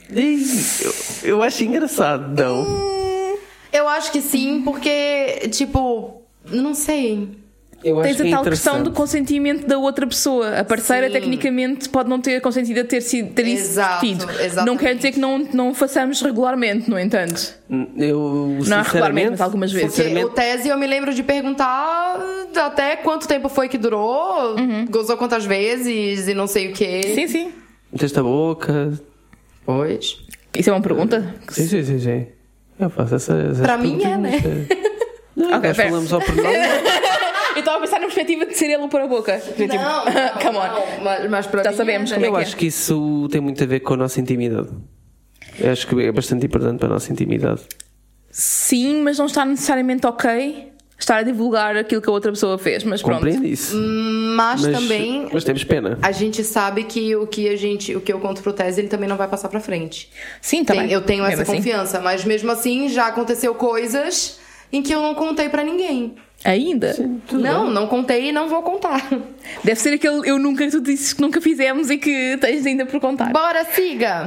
Eu, eu acho engraçado, não. Eu acho que sim, porque, tipo, não sei. Eu acho Tens que a é tal questão do interessante. consentimento da outra pessoa. A parceira, Sim. tecnicamente, pode não ter consentido a ter, sido, ter isso Exato, discutido. exatamente. Não quer dizer que não, não façamos regularmente, no entanto. Eu, Não é regularmente, sinceramente, mas algumas vezes. Porque sinceramente, o tese eu me lembro de perguntar até quanto tempo foi que durou, gozou quantas vezes e não sei o quê. Sim, sim. meteste a boca. Pois. Isso é uma pergunta? Sim, sim, sim, sim. Eu faço essa, essas Pra mim é, perguntinhas, né? Não, Ok, nós pera. falamos ao pormenor. Eu estava a pensar na perspectiva de ser ele para a boca. Tipo, Não, não, come on. não, mas, mas pra Já mim sabemos é, como é Eu que acho que isso tem muito a ver com a nossa intimidade. Eu acho que é bastante importante para a nossa intimidade. Sim, mas não está necessariamente ok estar a divulgar aquilo que a outra pessoa fez, mas pronto. Compreendo isso. Mas, Mas, também mas temos pena. a gente sabe que o que a gente, o que eu conto pro Tese, ele também não vai passar pra frente. Sim, também. Tem- eu tenho essa Mesmo assim. confiança, mas mesmo assim já aconteceu coisas em que eu não contei pra ninguém. Ainda? Não, não contei e não vou contar. Deve ser aquele eu nunca, tu dizes que nunca fizemos e que tens ainda por contar. Bora, siga!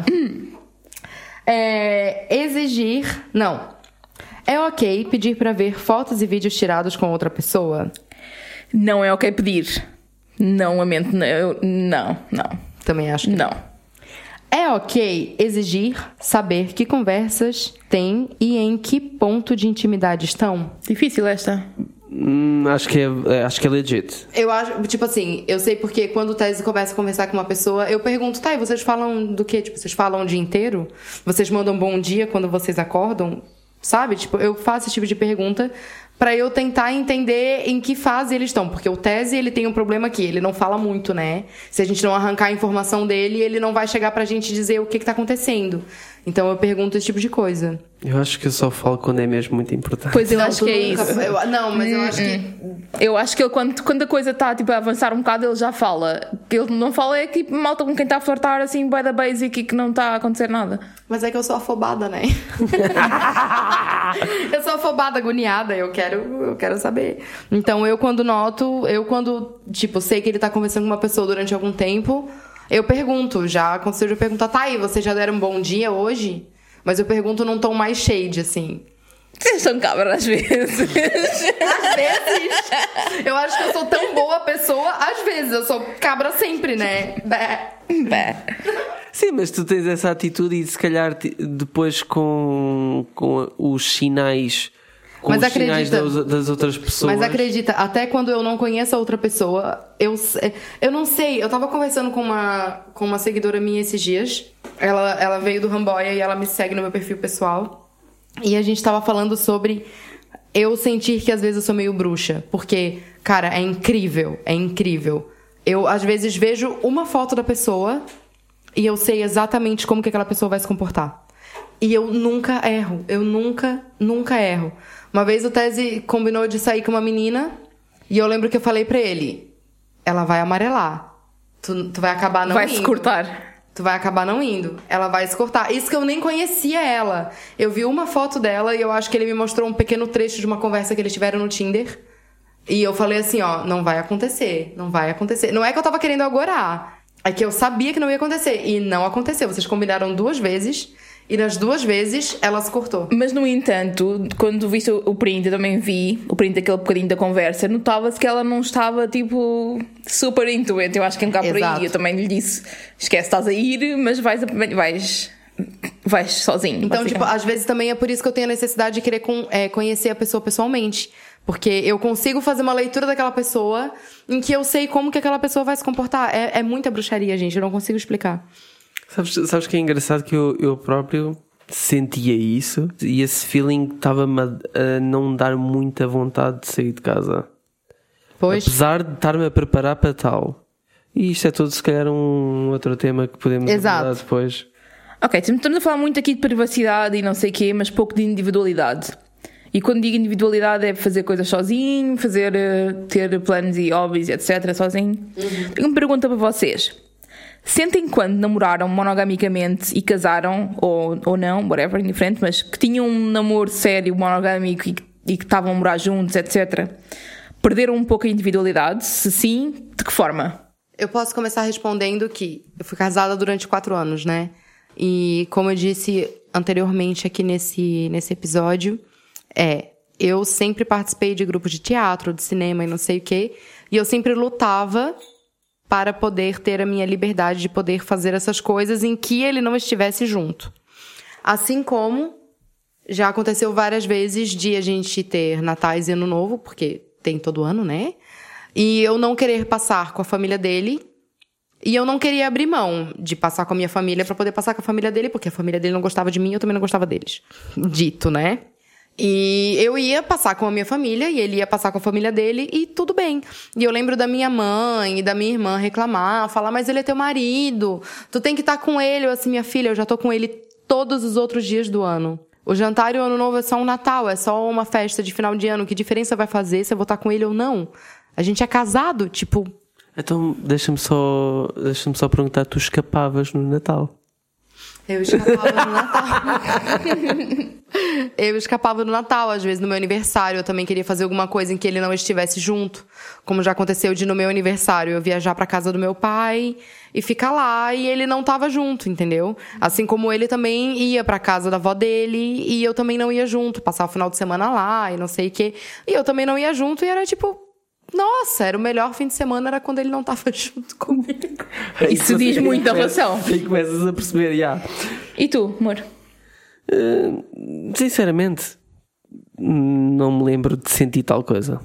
É, exigir... Não. É ok pedir pra ver fotos e vídeos tirados com outra pessoa? Não é ok pedir. Não, lamento. Não, eu- não, não. Também acho que Não. É ok exigir saber que conversas têm e em que ponto de intimidade estão? Difícil esta. Hum, acho, que é, é, acho que é legit. Eu acho, tipo assim, eu sei porque quando o Tese começa a conversar com uma pessoa, eu pergunto, tá, e vocês falam do quê? Tipo, vocês falam o dia inteiro? Vocês mandam bom dia quando vocês acordam? Sabe? Tipo, eu faço esse tipo de pergunta pra eu tentar entender em que fase eles estão. Porque o Tese, ele tem um problema aqui, ele não fala muito, né? Se a gente não arrancar a informação dele, ele não vai chegar pra gente dizer o que que tá acontecendo. Então eu pergunto esse tipo de coisa. Eu acho que eu só falo quando é mesmo muito importante. Pois eu Não, acho tu que é nunca- isso. eu- não, mas eu acho que... Eu acho que ele, quando, quando a coisa está tipo, a avançar um bocado, ele já fala. Que ele não fala é tipo malta com quem está a flertar assim, bué da basic e que não está a acontecer nada. Mas é que eu sou afobada, né? Eu sou afobada, agoniada, eu quero, eu quero saber. Então, eu quando noto, eu quando, tipo, sei que ele tá conversando com uma pessoa durante algum tempo, eu pergunto, já aconteceu de eu perguntar, tá aí, vocês já deram um bom dia hoje? Mas eu pergunto num tom mais shade, assim. Vocês são cabras às vezes. Às vezes, eu acho que eu sou tão boa pessoa, às vezes, eu sou cabra sempre, né? Bé. Bé. Sim, mas tu tens essa atitude e se calhar ti- depois com, com os sinais, com Mas os sinais acredita- das, das outras pessoas. Mas acredita, até quando eu não conheço a outra pessoa, eu, se- eu não sei. Eu tava conversando com uma, com uma seguidora minha esses dias. Ela, ela veio do Ramboia e ela me segue no meu perfil pessoal. E a gente tava falando sobre eu sentir que às vezes eu sou meio bruxa. Porque, cara, é incrível, é incrível. Eu, às vezes, vejo uma foto da pessoa e eu sei exatamente como que aquela pessoa vai se comportar. E eu nunca erro. Eu nunca, nunca erro. Uma vez o Tese combinou de sair com uma menina e eu lembro que eu falei pra ele: ela vai amarelar. Tu, tu vai acabar não Vai indo. se cortar. Tu vai acabar não indo. Ela vai se cortar. Isso que eu nem conhecia ela. Eu vi uma foto dela e eu acho que ele me mostrou um pequeno trecho de uma conversa que eles tiveram no Tinder. E eu falei assim, ó, não vai acontecer. Não vai acontecer. Não é que eu tava querendo agorar. É que eu sabia que não ia acontecer. E não aconteceu. Vocês combinaram duas vezes. E nas duas vezes, ela se cortou. Mas, no entanto, quando viste o print, eu também vi o print daquele bocadinho da conversa, notava-se que ela não estava, tipo, super into it. Eu acho que é um bocado por Exato. aí. Eu também lhe disse, esquece, estás a ir, mas vais, a- vais, vais sozinho. Então, tipo, basicamente. às vezes também é por isso que eu tenho a necessidade de querer con- é, conhecer a pessoa pessoalmente. Porque eu consigo fazer uma leitura daquela pessoa em que eu sei como que aquela pessoa vai se comportar. É, é muita bruxaria, gente. Eu não consigo explicar. Sabes, sabes que é engraçado que eu, eu próprio sentia isso e esse feeling estava-me a, a não dar muita vontade de sair de casa. Pois. Apesar de estar-me a preparar para tal. E isto é tudo, se calhar, um outro tema que podemos Exato. abordar depois. Ok, estamos a falar muito aqui de privacidade e não sei o quê, mas pouco de individualidade. E quando digo individualidade é fazer coisas sozinho, fazer, eh, ter planos e hobbies, etcétera, sozinho. Tenho uma pergunta para vocês. Sentem quando namoraram monogamicamente e casaram, ou, ou não, whatever, indiferente, mas que tinham um namoro sério, monogâmico e, que- e que estavam a morar juntos, etcétera, perderam um pouco a individualidade? Se sim, de que forma? Eu posso começar respondendo que eu fui casada durante quatro anos, né? E como eu disse anteriormente aqui nesse, nesse episódio, é, eu sempre participei de grupos de teatro, de cinema e não sei o quê, e eu sempre lutava para poder ter a minha liberdade de poder fazer essas coisas em que ele não estivesse junto. Assim como já aconteceu várias vezes de a gente ter Natais e Ano Novo, porque tem todo ano, né? E eu não querer passar com a família dele. E eu não queria abrir mão de passar com a minha família pra poder passar com a família dele, porque a família dele não gostava de mim e eu também não gostava deles. Dito, né? E eu ia passar com a minha família e ele ia passar com a família dele e tudo bem. E eu lembro da minha mãe e da minha irmã reclamar, falar, mas ele é teu marido, tu tem que estar com ele. Eu assim, minha filha, eu já tô com ele todos os outros dias do ano. O jantar e o ano novo é só um Natal, é só uma festa de final de ano. Que diferença vai fazer se eu vou estar com ele ou não? A gente é casado, tipo... Então, deixa-me só, deixa-me só perguntar, tu escapavas no Natal? Eu escapava no Natal. Eu escapava no Natal. Às vezes, no meu aniversário, eu também queria fazer alguma coisa em que ele não estivesse junto. Como já aconteceu de, no meu aniversário, eu viajar pra casa do meu pai e ficar lá, e ele não tava junto, entendeu? Assim como ele também ia pra casa da avó dele, e eu também não ia junto. Passar o final de semana lá, e não sei o quê. E eu também não ia junto, e era tipo... Nossa, era o melhor fim de semana, era quando ele não tava junto comigo. Isso diz muito da relação. Aí começas a perceber, já. Yeah. E tu, amor? Uh, sinceramente, não me lembro de sentir tal coisa.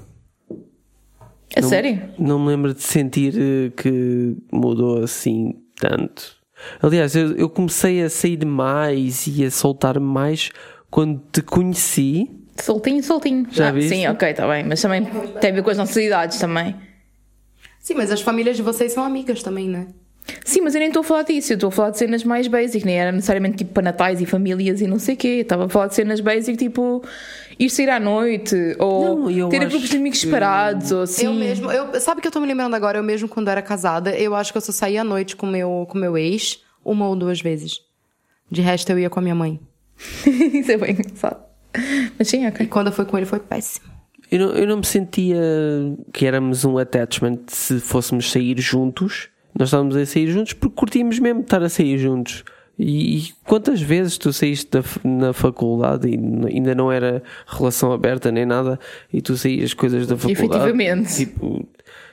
A não, sério? Não me lembro de sentir que mudou assim tanto. Aliás, eu, eu comecei a sair mais e a soltar mais quando te conheci. Soltinho, soltinho. Já ah, viste? Sim, ok, está bem. Mas também tem a ver com as nossas idades também. Sim, mas as famílias de vocês são amigas também, né? Sim, mas eu nem estou a falar disso. Eu estou a falar de cenas mais basic. Nem era necessariamente tipo para natais e famílias e não sei o quê. Estava a falar de cenas basic, tipo ir sair à noite ou não, ter grupos de amigos que... separados ou assim. Eu mesmo, eu, sabe que eu tô me lembrando agora? Eu mesmo quando era casada, eu acho que eu só saía à noite com meu, com meu ex uma ou duas vezes. De resto eu ia com a minha mãe. Isso é bem engraçado. Mas sim, ok. E quando eu fui com ele foi péssimo. Eu não, eu não me sentia que éramos um attachment se fôssemos sair juntos. Nós estávamos a sair juntos porque curtíamos mesmo estar a sair juntos. E, e quantas vezes tu saíste da, na faculdade e ainda não era relação aberta nem nada, e tu saías coisas da faculdade. Efetivamente. Tipo,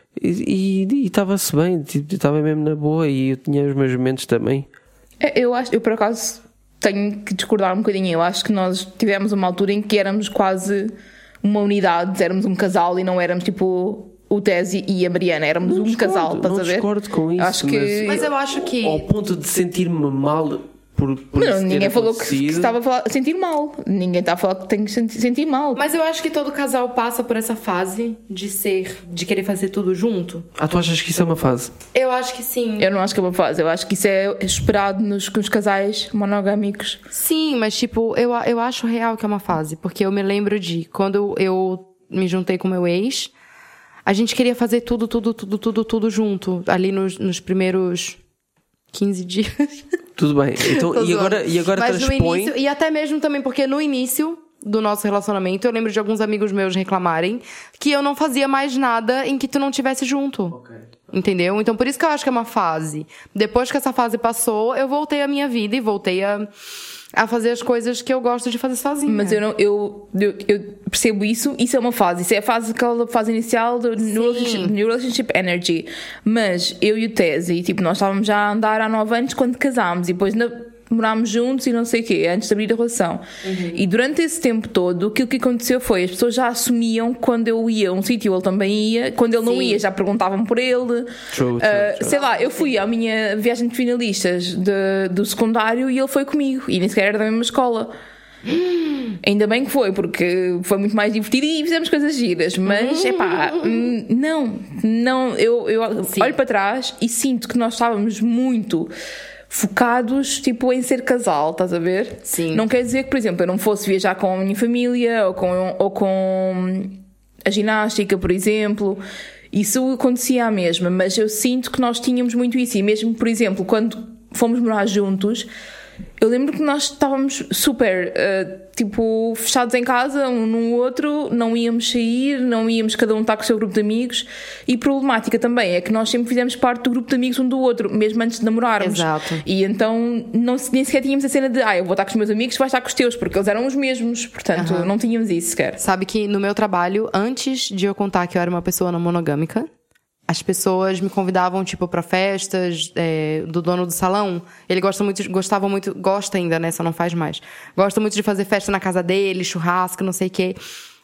e estava-se bem, estava tipo, mesmo na boa, e eu tinha os meus momentos também. Eu acho, eu por acaso tenho que discordar um bocadinho. Eu acho que nós tivemos uma altura em que éramos quase uma unidade, éramos um casal e não éramos tipo o Tese e a Mariana, éramos não um discordo, casal, estás não a ver? Discordo com isso, acho que... mas, mas eu acho que ao ponto de sentir-me mal por, por não, ninguém falou que, que estava a, falar, a sentir mal. Ninguém está a falar que tem que sentir, sentir mal. Mas eu acho que todo casal passa por essa fase de ser, de querer fazer tudo junto. Ah, tu achas que isso é uma fase? Eu acho que sim. Eu não acho que é uma fase. Eu acho que isso é esperado nos, nos casais monogâmicos. Sim, mas tipo, eu, eu acho real que é uma fase. Porque eu me lembro de quando eu me juntei com meu ex, a gente queria fazer tudo, tudo, tudo, tudo, tudo junto. Ali nos, nos primeiros quinze dias. Tudo bem. Então, e agora, e agora Mas transpõe... no início, e até mesmo também porque no início do nosso relacionamento, eu lembro de alguns amigos meus reclamarem que eu não fazia mais nada em que tu não estivesse junto. Okay. Entendeu? Então por isso que eu acho que é uma fase. Depois que essa fase passou, eu voltei à minha vida e voltei a, a fazer as coisas que eu gosto de fazer sozinha. Mas eu, não, eu, eu, eu percebo isso. Isso é uma fase. Isso é a fase, aquela fase inicial do new relationship, new relationship energy. Mas eu e o Tese, tipo, nós estávamos já a andar há nove anos quando casámos. E depois morámos juntos e não sei o quê, antes de abrir a relação. Uhum. E durante esse tempo todo, aquilo que aconteceu foi, as pessoas já assumiam quando eu ia a um sítio, ele também ia. Quando ele Sim. não ia, já perguntavam por ele. True, uh, true, true. Sei lá, eu fui à minha viagem de finalistas de, do secundário e ele foi comigo. E nem sequer era da mesma escola. Hum. Ainda bem que foi, porque foi muito mais divertido e fizemos coisas giras. Mas, é pá, hum. não, não, eu, eu olho para trás e sinto que nós estávamos muito focados, tipo, em ser casal, estás a ver? Sim. Não quer dizer que, por exemplo, eu não fosse viajar com a minha família ou com, ou com a ginástica, por exemplo. Isso acontecia à mesma, mas eu sinto que nós tínhamos muito isso. E mesmo, por exemplo, quando fomos morar juntos, eu lembro que nós estávamos super, uh, tipo, fechados em casa, um no outro, não íamos sair, não íamos cada um estar com o seu grupo de amigos. E problemática também é que nós sempre fizemos parte do grupo de amigos um do outro, mesmo antes de namorarmos. Exato. E então não, nem sequer tínhamos a cena de, ah, eu vou estar com os meus amigos, tu vais estar com os teus, porque eles eram os mesmos, portanto, uhum. não tínhamos isso sequer. Sabe que no meu trabalho, antes de eu contar que eu era uma pessoa não monogâmica, as pessoas me convidavam, tipo, pra festas é, do dono do salão. Ele gosta muito, gostava muito, gosta ainda, né? Só não faz mais. Gosta muito de fazer festa na casa dele, churrasco, não sei o quê.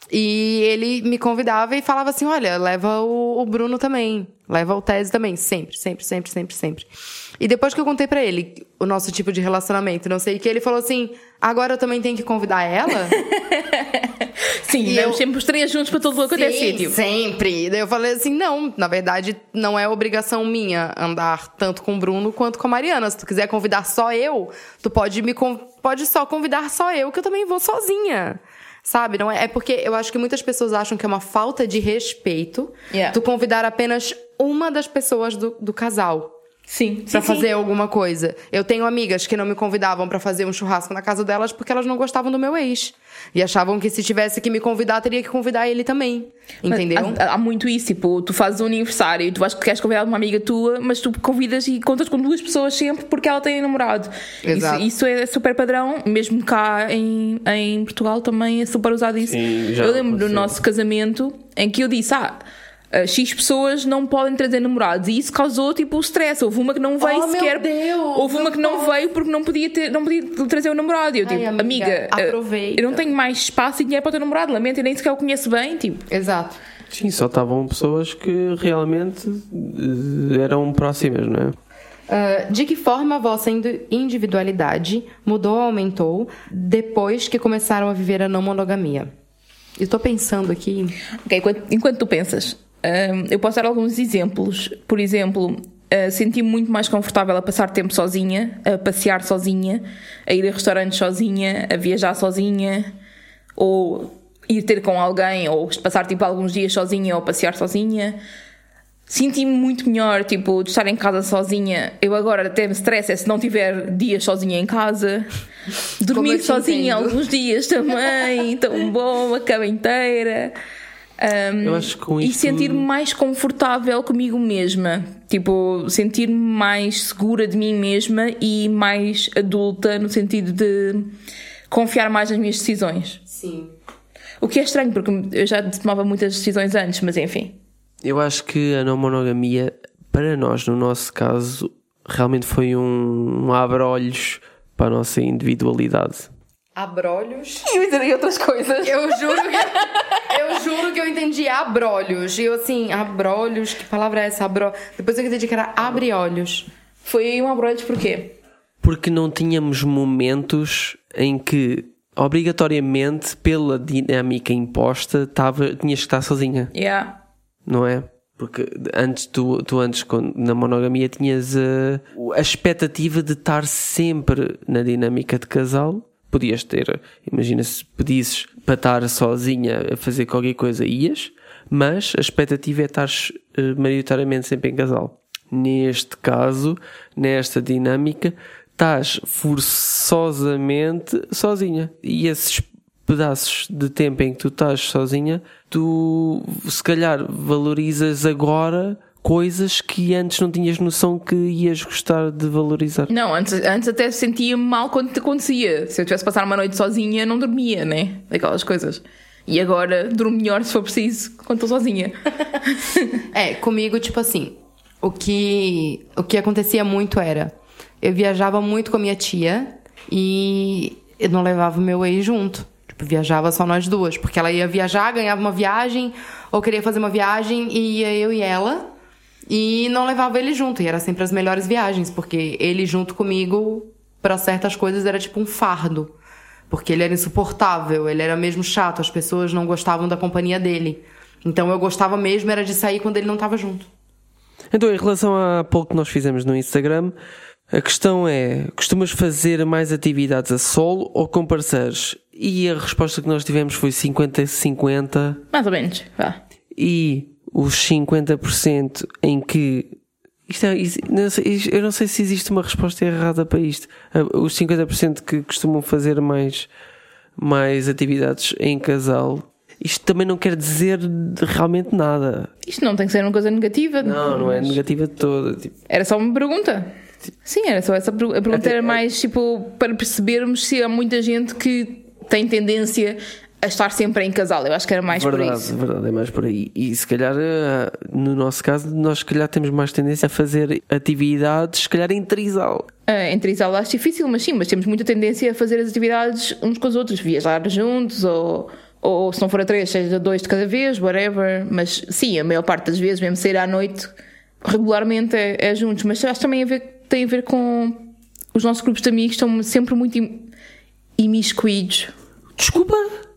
E ele me convidava e falava assim, olha, leva o, o Bruno também. Leva o Tese também. Sempre, sempre, sempre, sempre, sempre. E depois que eu contei pra ele o nosso tipo de relacionamento, não sei o que, ele falou assim, agora eu também tenho que convidar ela? Sim, E vamos eu- sempre os três juntos para todo quanto é Sim, sítio. sempre. Daí eu falei assim, não, na verdade não é obrigação minha andar tanto com o Bruno quanto com a Mariana. Se tu quiser convidar só eu, tu pode me con- pode só convidar só eu, que eu também vou sozinha. Sabe? Não é, é porque eu acho que muitas pessoas acham que é uma falta de respeito Yeah. tu convidar apenas uma das pessoas do, do casal. Sim, Pra sim, fazer sim. alguma coisa. Eu tenho amigas que não me convidavam pra fazer um churrasco na casa delas porque elas não gostavam do meu ex. E achavam que se tivesse que me convidar, teria que convidar ele também. Entendeu? Há, há muito isso, tipo, tu fazes um aniversário e tu vais que queres convidar uma amiga tua, mas tu convidas e contas com duas pessoas sempre porque ela tem namorado. Exato. Isso, isso é super padrão, mesmo cá em, em Portugal também é super usado isso. Sim, já eu lembro do aconteceu. nosso casamento em que eu disse, ah, uh, X pessoas não podem trazer namorados, e isso causou tipo o stress. Houve uma que não veio Oh, meu sequer. Deus, houve uma não que não posso. veio porque não podia, ter, não podia trazer o namorado. E eu Ai, tipo, amiga, amiga, uh, aproveita. eu não tenho mais espaço e dinheiro para o teu namorado, lamento, eu nem sequer o conheço bem. Tipo, Exato. Sim, só estavam pessoas que realmente eh, eram próximas, não é? Uh, de que forma a vossa indi- individualidade mudou ou aumentou depois que começaram a viver a não monogamia? Eu tô pensando aqui. ok, enquanto, enquanto tu pensas, hum, eu posso dar alguns exemplos. Por exemplo, uh, senti-me muito mais confortável a passar tempo sozinha, a passear sozinha, a ir a restaurantes sozinha, a viajar sozinha, ou ir ter com alguém, ou passar tipo alguns dias sozinha ou passear sozinha. Senti-me muito melhor, tipo, de estar em casa sozinha. Eu agora até me estresse é se não tiver dias sozinha em casa. Como Dormir eu te sozinha entendo. alguns dias também, tão bom, a cama inteira. Um, Eu acho que com e isto- sentir-me mais confortável comigo mesma. Tipo, sentir-me mais segura de mim mesma e mais adulta no sentido de confiar mais nas minhas decisões. Sim. O que é estranho, porque eu já tomava muitas decisões antes, mas enfim. Eu acho que a não monogamia, para nós, no nosso caso, realmente foi um, um abre-olhos para a nossa individualidade. Abrolhos. E eu dizer outras coisas. Eu juro que eu juro que eu entendi abrolhos. E eu assim, abrolhos, que palavra é essa? Abro... Depois eu entendi que era abre-olhos. Foi um abrolhos porquê? Porque não tínhamos momentos em que, obrigatoriamente, pela dinâmica imposta, tava, tinhas que estar sozinha. Yeah. Não é? Porque antes tu, tu antes com- na monogamia tinhas a, a expectativa de estar sempre na dinâmica de casal. Podias ter, imagina se pedisses para estar sozinha a fazer qualquer coisa, ias, mas a expectativa é estar eh, maioritariamente sempre em casal. Neste caso, nesta dinâmica, estás forçosamente sozinha. E esses pedaços de tempo em que tu estás sozinha, tu se calhar valorizas agora coisas que antes não tinhas noção que ias gostar de valorizar. Não, antes, antes até sentia-me mal quando te acontecia. Se eu tivesse passar uma noite sozinha, não dormia, né? Daquelas coisas. E agora durmo melhor se for preciso quando estou sozinha. É, comigo, tipo assim, o que, o que acontecia muito era, eu viajava muito com a minha tia e eu não levava o meu ex junto. Tipo, viajava só nós duas, porque ela ia viajar, ganhava uma viagem, ou queria fazer uma viagem, e ia eu e ela, e não levava ele junto. E era sempre as melhores viagens, porque ele junto comigo, pra certas coisas, era tipo um fardo. Porque ele era insuportável, ele era mesmo chato, as pessoas não gostavam da companhia dele. Então eu gostava mesmo era de sair quando ele não estava junto. Então, em relação à poll que nós fizemos no Instagram, a questão é, costumas fazer mais atividades a solo ou com parceiros? E a resposta que nós tivemos foi cinquenta a cinquenta. Mais ou menos, vá. E os cinquenta por cento em que... Isto é, isto- não sei, isto- eu não sei se existe uma resposta errada para isto. Ah, Os cinquenta por cento que costumam fazer mais, mais atividades em casal, isto também não quer dizer de realmente nada. Isto não tem que ser uma coisa negativa. Não, não é negativa de toda. Tipo, Era só uma pergunta. Sim, era só essa pergunta. A pergunta Até- era mais tipo para percebermos se há muita gente que tem tendência a estar sempre em casal. Eu acho que era mais por verdade, isso. verdade, é mais por aí. E se calhar, ah, no nosso caso, nós se calhar temos mais tendência a fazer atividades, se calhar em trisal. Ah, entre isal acho difícil, mas sim, mas temos muita tendência a fazer as atividades uns com os outros, viajar juntos ou, ou se não for a três, seja dois de cada vez, whatever. Mas sim, a maior parte das vezes, mesmo sair à noite, regularmente é, é juntos. Mas acho que também a ver, tem a ver com os nossos grupos de amigos, estão sempre muito im- imiscuídos. Desculpa?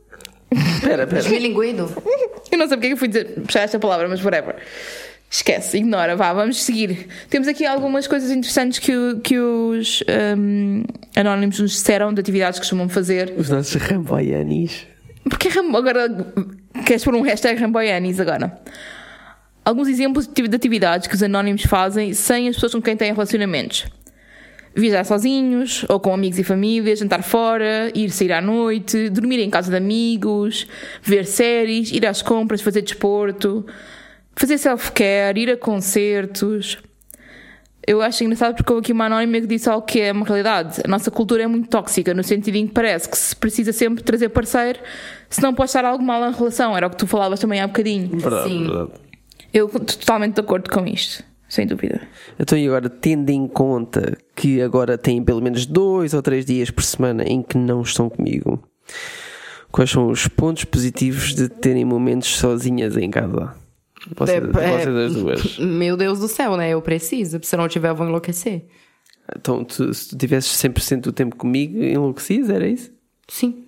Espera, espera. Esmilinguido? Eu não sei porque é que eu fui dizer, puxar esta palavra, mas whatever. Esquece, ignora, vá, vamos seguir. Temos aqui algumas coisas interessantes que, o, que os um, anónimos nos disseram de atividades que costumam fazer. Os nossos ramboianis. Porque agora queres pôr um hashtag ramboianis agora? Alguns exemplos de atividades que os anónimos fazem sem as pessoas com quem têm relacionamentos. Viajar sozinhos, ou com amigos e família, jantar fora, ir sair à noite, dormir em casa de amigos, ver séries, ir às compras, fazer desporto, fazer self-care, ir a concertos. Eu acho engraçado porque houve aqui uma anónima que disse algo que é uma realidade. A nossa cultura é muito tóxica, no sentido em que parece que se precisa sempre trazer parceiro, senão pode estar algo mal na relação. Era o que tu falavas também há bocadinho. Verdade, Sim. verdade. Eu estou totalmente de acordo com isto, sem dúvida. Então, e agora, tendo em conta que agora têm pelo menos dois ou três dias por semana em que não estão comigo, quais são os pontos positivos de terem momentos sozinhas em casa? Vocês, É, vocês as duas. Meu Deus do céu, né? Eu preciso. Se não tiver, eu vou enlouquecer. Então, tu, se tu tivesses cem por cento do tempo comigo, enlouquecias, era isso? Sim.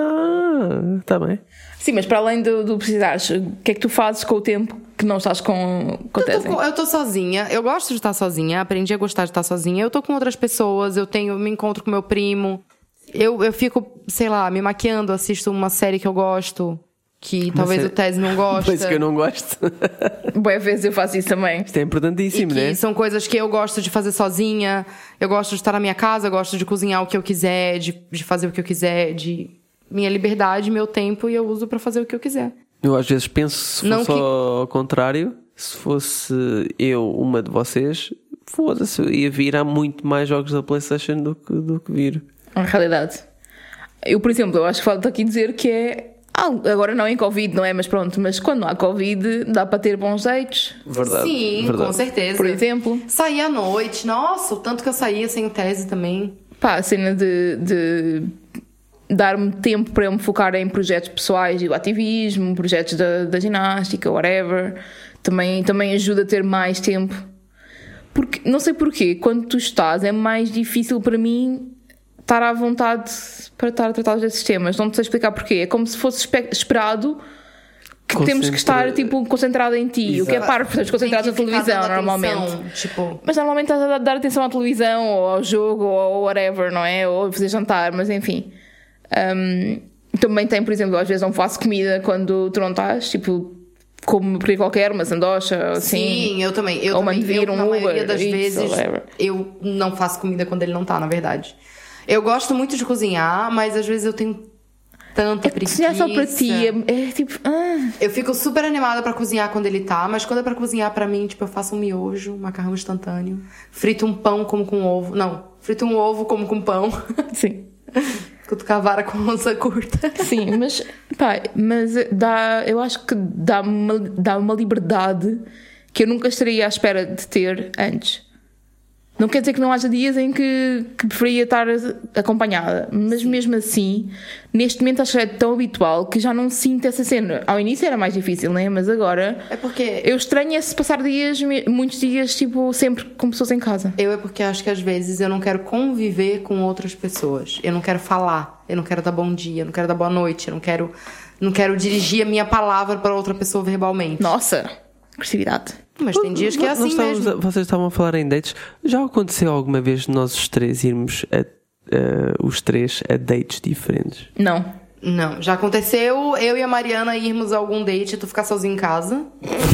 Ah, está bem. Sim, mas para além do, do precisares, o que é que tu fazes com o tempo que não estás com, com a Eu tô, Tese? com- eu tô sozinha, eu gosto de estar sozinha, aprendi a gostar de estar sozinha. Eu tô com outras pessoas, eu tenho, me encontro com meu primo. Eu, eu fico, sei lá, me maquiando, assisto uma série que eu gosto, que talvez série- o Tese não gosta. Pois que eu não gosto. Boa vez eu faço isso também. Isto é E importantíssimo, que né? são coisas que eu gosto de fazer sozinha. Eu gosto de estar na minha casa, eu gosto de cozinhar o que eu quiser, de, de fazer o que eu quiser, de minha liberdade, meu tempo, e eu uso pra fazer o que eu quiser. Eu às vezes penso, se Não fosse que- ao contrário, se fosse eu uma de vocês, foda-se, eu ia vir há muito mais jogos da PlayStation do que, do que vir. Na realidade. Eu, por exemplo, eu acho que falta aqui dizer que é... Ah, agora não em Covid, não é? Mas pronto, mas quando não há Covid, dá para ter bons dates, Verdade. Sim, verdade. com certeza. por exemplo. Sair à noite, nossa, o tanto que eu saía sem Tese também. Pá, a cena de... de dar-me tempo para eu me focar em projetos pessoais e o ativismo, projetos da, da ginástica, whatever, também, também ajuda a ter mais tempo. Porque, não sei porquê, quando tu estás é mais difícil para mim estar à vontade para estar a tratar desses temas. Não te sei explicar porquê. É como se fosse espe- esperado que Concentra- temos que estar tipo, concentrado em ti. O que é Exato. par, estamos concentrados na Tem que ficar televisão dando normalmente. atenção, tipo, Mas normalmente estás a dar atenção à televisão ou ao jogo ou ao whatever, não é? Ou a fazer jantar, mas enfim. Um, também tem, por exemplo, às vezes não faço comida quando tu não estás, tipo, como por aí qualquer, uma sandocha, ou assim. sim, eu também. Eu ou também, mandar eu, um na maioria Uber, das Eats, vezes, whatever. eu não faço comida quando ele não tá, na verdade. Eu gosto muito de cozinhar, mas às vezes eu tenho tanta É que preguiça. cozinhar só para ti, é, é tipo, ah, Eu fico super animada pra cozinhar quando ele tá, mas quando é pra cozinhar pra mim, tipo, eu faço um miojo, um macarrão instantâneo, frito um pão como com ovo. Não, frito um ovo como com pão. sim. Cutucar a vara com onça curta. Sim, mas, pá, mas dá, eu acho que dá uma, dá uma liberdade que eu nunca estaria à espera de ter antes. Não quer dizer que não haja dias em que, que preferia estar acompanhada, mas mesmo assim, neste momento acho que é tão habitual que já não sinto essa cena. Ao início era mais difícil, né? Mas agora É porque eu estranho esse passar dias, muitos dias, tipo, sempre com pessoas em casa. Eu é porque acho que às vezes eu não quero conviver com outras pessoas. Eu não quero falar, eu não quero dar bom dia, eu não quero dar boa noite, eu não quero, não quero dirigir a minha palavra para outra pessoa verbalmente. Nossa, agressividade. Mas tem dias que é Nós assim estávamos mesmo. a- vocês estavam a falar em dates. Já aconteceu alguma vez nós os três irmos a, a- os três a dates diferentes? Não. Não, já aconteceu eu e a Mariana irmos a algum date e tu ficar sozinho em casa.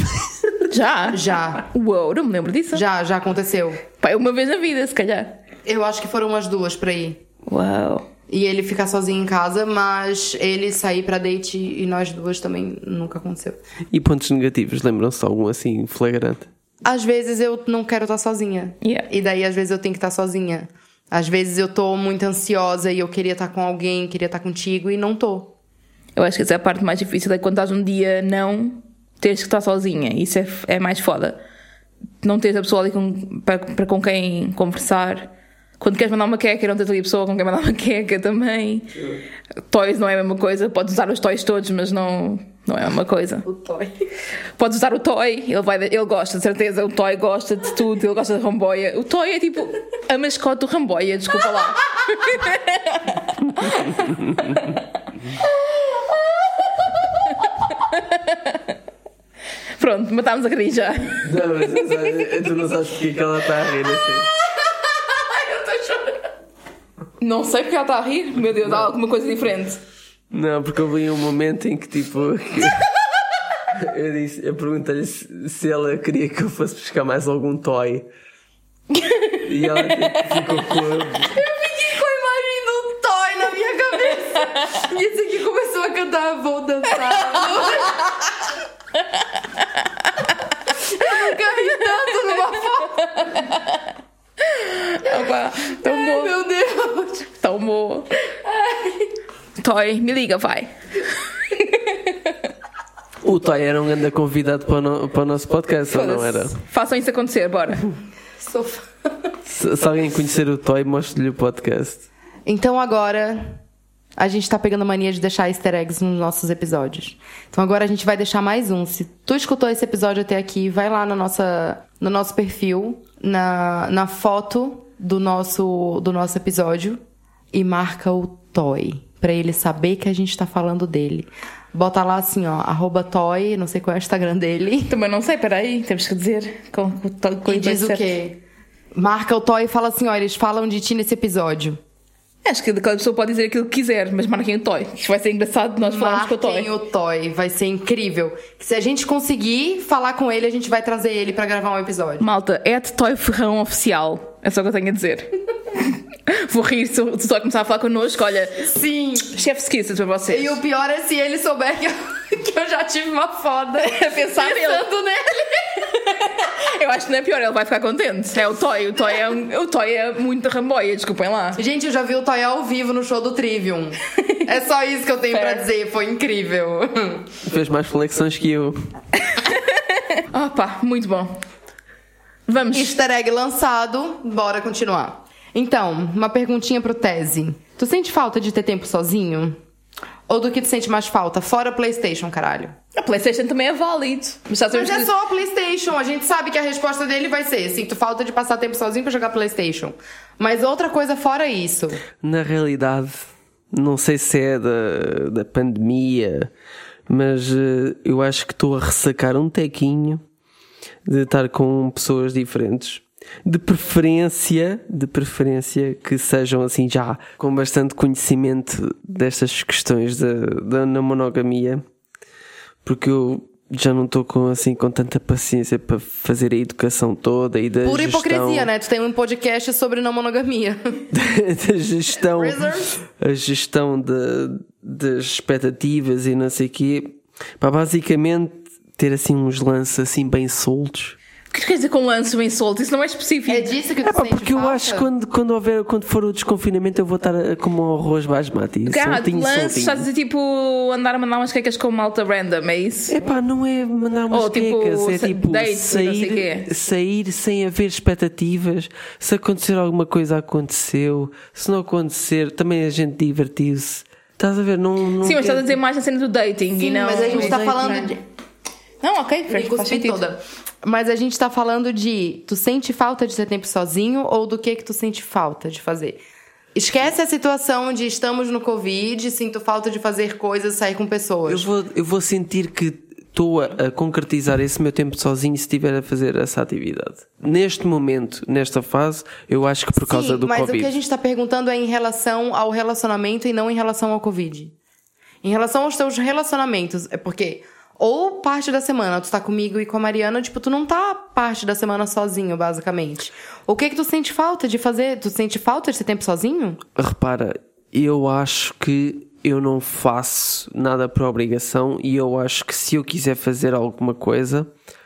Já? Já, Uou, não me lembro disso. já, já aconteceu. Pá, uma vez na vida, se calhar. Eu acho que foram umas duas pra ir. Uau. E ele ficar sozinho em casa, mas ele sair pra date e nós duas também nunca aconteceu. E pontos negativos? Lembram-se de algum assim flagrante? Às vezes eu não quero estar sozinha. Yeah. E daí, às vezes, eu tenho que estar sozinha. Às vezes eu tô muito ansiosa e eu queria estar com alguém, queria estar contigo e não tô. Eu acho que essa é a parte mais difícil, é quando estás um dia não, teres que estar sozinha. Isso é, é mais foda. Não teres a pessoa ali com, para, para com quem conversar. Quando queres mandar uma queca, não tens ali a pessoa com quem mandar uma queca também. Toys não é a mesma coisa. Podes usar os toys todos, mas não, não é a mesma coisa. O toy. Podes usar o toy, ele, vai, ele gosta, de certeza. O toy gosta de tudo, ele gosta de ramboia. O toy é tipo a mascote do ramboia, desculpa lá. Pronto, matámos a rir já. Não, mas eu sei, tu não sabes porque que ela está a rir assim. Eu estou a chorar. Não sei porque ela está a rir. Meu Deus, há alguma coisa diferente. Não, porque eu vi um momento em que tipo. Que eu disse, eu perguntei-lhe se, se ela queria que eu fosse buscar mais algum toy. E ela tipo, ficou com. Eu fiquei com a imagem do toy na minha cabeça. E esse aqui começou a cantar Vou Dançar. Eu nunca ri tanto numa foto. Opa, tão Ai, bom. meu Deus. Tão bom. Toy, me liga, vai. O Toy era um grande convidado para o, no, para o nosso podcast, ou não era? Façam isso acontecer, bora. Sou fã. Se, se alguém conhecer o Toy, mostre-lhe o podcast. Então agora a gente tá pegando a mania de deixar easter eggs nos nossos episódios. Então agora a gente vai deixar mais um. Se tu escutou esse episódio até aqui, vai lá na nossa, no nosso perfil, na, na foto do nosso, do nosso episódio e marca o Toy, pra ele saber que a gente tá falando dele. Bota lá assim, ó, arroba Toy, não sei qual é o Instagram dele. Também não sei, peraí, temos que dizer. Com, com, com E diz o quê? Marca o Toy e fala assim, ó, eles falam de ti nesse episódio. Acho que cada pessoa pode dizer aquilo que quiser, mas marquem o Toy. Isto vai ser engraçado nós falarmos com o Toy. Marquem o Toy, vai ser incrível. Se a gente conseguir falar com ele, a gente vai trazer ele pra gravar um episódio. Malta, é de Toy Ferrão Oficial. É só o que eu tenho a dizer. Vou rir se o Toy começar a falar connosco. Olha, Sim. chef's kisses para vocês. E o pior é se ele souber que eu, que eu já tive uma foda Pensar pensando nele. Eu acho que não é pior, ele vai ficar contente. É o Toy, o Toy é, um, o Toy é muito ramboia, desculpem lá. Gente, eu já vi o Toy ao vivo no show do Trivium. É só isso que eu tenho pra dizer, foi incrível. Fez mais flexões que eu. Opa, muito bom. Vamos. Easter egg lançado, bora continuar. Então, uma perguntinha pro Tese. Tu sente falta de ter tempo sozinho? Ou do que tu sente mais falta? Fora PlayStation, caralho. A PlayStation também é válido. Mas, já Mas sabemos é que- só a PlayStation. A gente sabe que a resposta dele vai ser: sinto falta de passar tempo sozinho pra jogar PlayStation. Mas outra coisa fora isso. Na realidade, não sei se é da, da pandemia, mas eh, eu acho que estou a ressacar um tequinho de estar com pessoas diferentes. De preferência, de preferência que sejam assim já com bastante conhecimento destas questões da, da na monogamia, porque eu já não estou com, assim, com tanta paciência para fazer a educação toda e da Pura gestão, hipocrisia, né? Tu tem um podcast sobre não monogamia. da gestão, Reserves. a gestão de, das expectativas e não sei o quê. Pá, basicamente ter assim uns lances assim bem soltos. O que quer dizer com lance bem solto? Isso não é específico. É disso que tu É pá, sente porque eu falta? acho que quando, quando, houver, quando for o desconfinamento eu vou estar a- como um arroz basmati. Cara, soltinho, lance, soltinho. estás a dizer tipo andar a mandar umas quecas com malta random, é isso? É pá, não é mandar umas Ou, tipo, quecas, é sa- tipo dates e não sei sair, quê. sair sem haver expectativas. Se acontecer alguma coisa, aconteceu. Se não acontecer, também a gente divertiu-se. Estás a ver? Não, não Sim, mas estás quero- a dizer mais na cena do dating Sim, e não. mas a gente tá Dating, falando né? de... Não, ok, Me faz cuspi sentido. toda. Mas a gente tá falando de... Tu sente falta de ter tempo sozinho ou do que que tu sente falta de fazer? Esquece a situação de estamos no Covid, sinto falta de fazer coisas, sair com Eu pessoas. vou, eu vou sentir que estou a, a concretizar esse meu tempo sozinho se estiver a fazer essa atividade. Neste momento, nesta fase, eu acho que por causa Sim, do mas Covid. o que a gente tá perguntando é em relação ao relacionamento e não em relação ao Covid. Em relação aos teus relacionamentos, é porque... Ou parte da semana tu tá comigo e com a Mariana, tipo, tu não tá parte da semana sozinho, basicamente. O que que tu sente falta de fazer? Tu sente falta de ter tempo sozinho? Repara, eu acho que eu não faço nada por obrigação e eu acho que se eu quiser fazer alguma coisa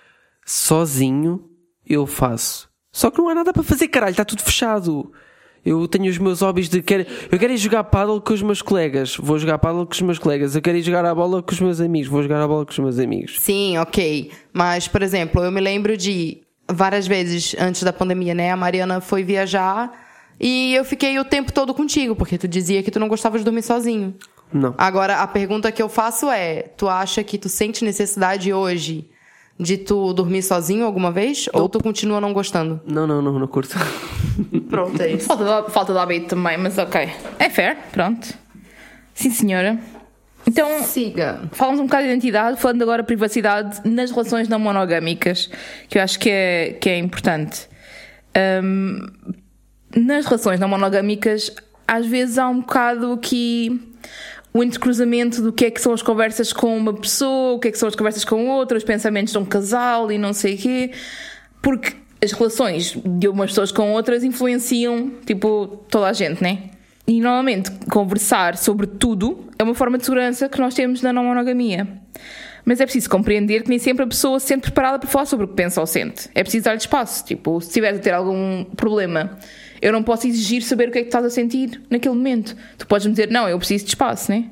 sozinho, eu faço. Só que não há nada para fazer, caralho, está tudo fechado. Eu tenho os meus hobbies de... Quero, eu quero ir jogar paddle com os meus colegas. Vou jogar paddle com os meus colegas. Eu quero ir jogar a bola com os meus amigos. Vou jogar a bola com os meus amigos. Sim, ok. Mas, por exemplo, eu me lembro de várias vezes antes da pandemia, né? A Mariana foi viajar e eu fiquei o tempo todo contigo, porque tu dizia que tu não gostava de dormir sozinho. Não. Agora, a pergunta que eu faço é: tu acha que tu sente necessidade hoje de tu dormir sozinho alguma vez? Ou tu continua não gostando? Não, não, não, não curto. Pronto, é isso. Falta de, falta de hábito também, mas ok. É fair, pronto. Sim, senhora. Então, siga. Falamos um bocado de identidade, falando agora de privacidade nas relações não monogâmicas, que eu acho que é, que é importante. Um, nas relações não monogâmicas, às vezes há um bocado aqui o entrecruzamento do que é que são as conversas com uma pessoa, o que é que são as conversas com outra, os pensamentos de um casal e não sei o quê, porque as relações de umas pessoas com outras influenciam, tipo, toda a gente, né? E normalmente conversar sobre tudo é uma forma de segurança que nós temos na não monogamia. Mas é preciso compreender que nem sempre a pessoa se sente preparada para falar sobre o que pensa ou sente. É preciso dar-lhe espaço. Tipo, se tiveres a ter algum problema, eu não posso exigir saber o que é que estás a sentir naquele momento. Tu podes-me dizer, não, eu preciso de espaço, né?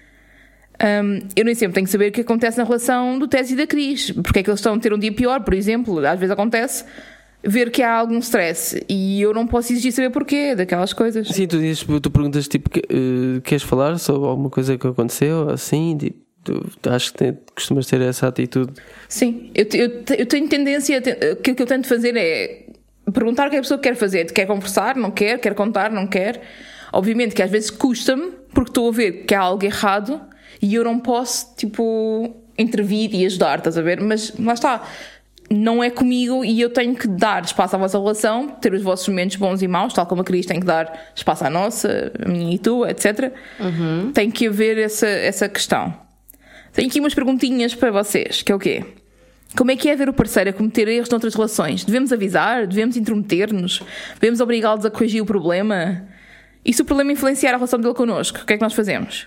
Um, eu nem sempre tenho que saber o que acontece na relação do Tese e da Cris. Porque é que eles estão a ter um dia pior, por exemplo. Às vezes acontece ver que há algum stress e eu não posso exigir saber porquê daquelas coisas. Sim, tu, dizes, tu perguntas tipo, que, uh, queres falar sobre alguma coisa que aconteceu, assim, tipo, tu, tu acho que tem, costumas ter essa atitude. Sim, eu, eu, eu tenho tendência, aquilo que eu tento fazer é perguntar o que a pessoa quer fazer. Quer conversar, não quer, quer contar, não quer. Obviamente que às vezes custa-me, porque estou a ver que há algo errado e eu não posso, tipo, intervir e ajudar, estás a ver? Mas lá está, não é comigo e eu tenho que dar espaço à vossa relação, ter os vossos momentos bons e maus, tal como a Cris tem que dar espaço à nossa, a minha e tu, etcétera. Uhum. Tem que haver essa, essa questão. Tenho aqui umas perguntinhas para vocês, que é o quê? Como é que é ver o parceiro a cometer erros noutras relações? Devemos avisar? Devemos intrometer-nos? Devemos obrigá-los a corrigir o problema? E se o problema influenciar a relação dele connosco, o que é que nós fazemos?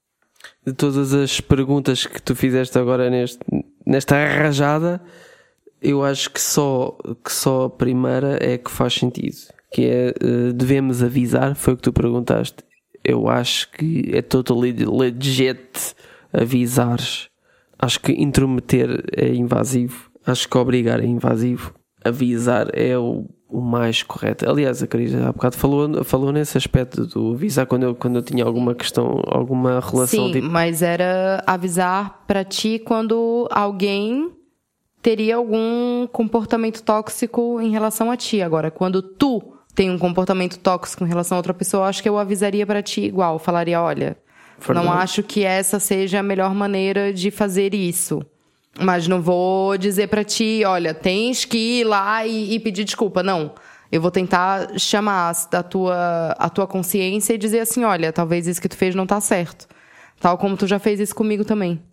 De todas as perguntas que tu fizeste agora neste, nesta arrajada, eu acho que só, que só a primeira é que faz sentido, que é, uh, devemos avisar, foi o que tu perguntaste. Eu acho que é totally legit avisares. Acho que intrometer é invasivo, acho que obrigar é invasivo, avisar é o, o mais correto. Aliás, a Cris há bocado falou, falou nesse aspecto do avisar quando eu, quando eu tinha alguma questão, alguma relação. Sim, tipo... mas era avisar para ti quando alguém teria algum comportamento tóxico em relação a ti. Agora, quando tu tem um comportamento tóxico em relação a outra pessoa, acho que eu avisaria para ti igual. Falaria, olha, Verdade. Não acho que essa seja a melhor maneira de fazer isso. Mas não vou dizer para ti, olha, tens que ir lá e, e pedir desculpa. Não. Eu vou tentar chamar a tua, a tua consciência e dizer assim, olha, talvez isso que tu fez não tá certo. Tal como tu já fez isso comigo também.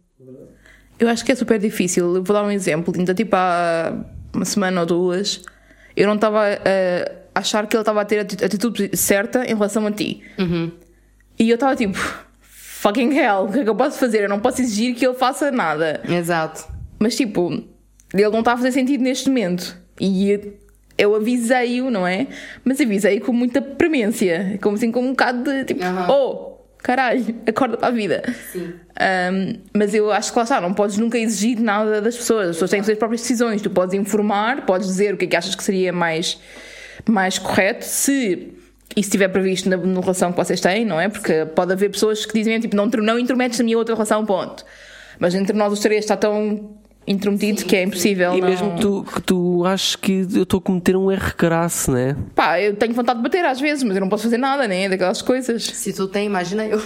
Eu acho que é super difícil. Eu vou dar um exemplo. Então, tipo, há uma semana ou duas, eu não estava a achar que ele estava a ter a atitude certa em relação a ti. Uhum. E eu estava tipo, fucking hell, o que é que eu posso fazer? Eu não posso exigir que ele faça nada. Exato. Mas, tipo, ele não está a fazer sentido neste momento. E eu avisei-o, não é? Mas avisei-o com muita premência. Como assim, com um bocado de, tipo, uhum. oh, caralho, acorda para a vida. Sim. Um, mas eu acho que lá está, não podes nunca exigir nada das pessoas. As pessoas têm que fazer as próprias decisões. Tu podes informar, podes dizer o que é que achas que seria mais, mais correto, se isso estiver previsto na, na relação que vocês têm, não é? Porque pode haver pessoas que dizem, tipo, não, não intrometes na minha outra relação, ponto. Mas entre nós os três está tão intrometido, sim, que é impossível. E não... mesmo que tu, que tu achas que eu estou a cometer um erro crasso, não é? Pá, eu tenho vontade de bater às vezes, mas eu não posso fazer nada, né? Daquelas coisas. Se tu tem, imagina eu.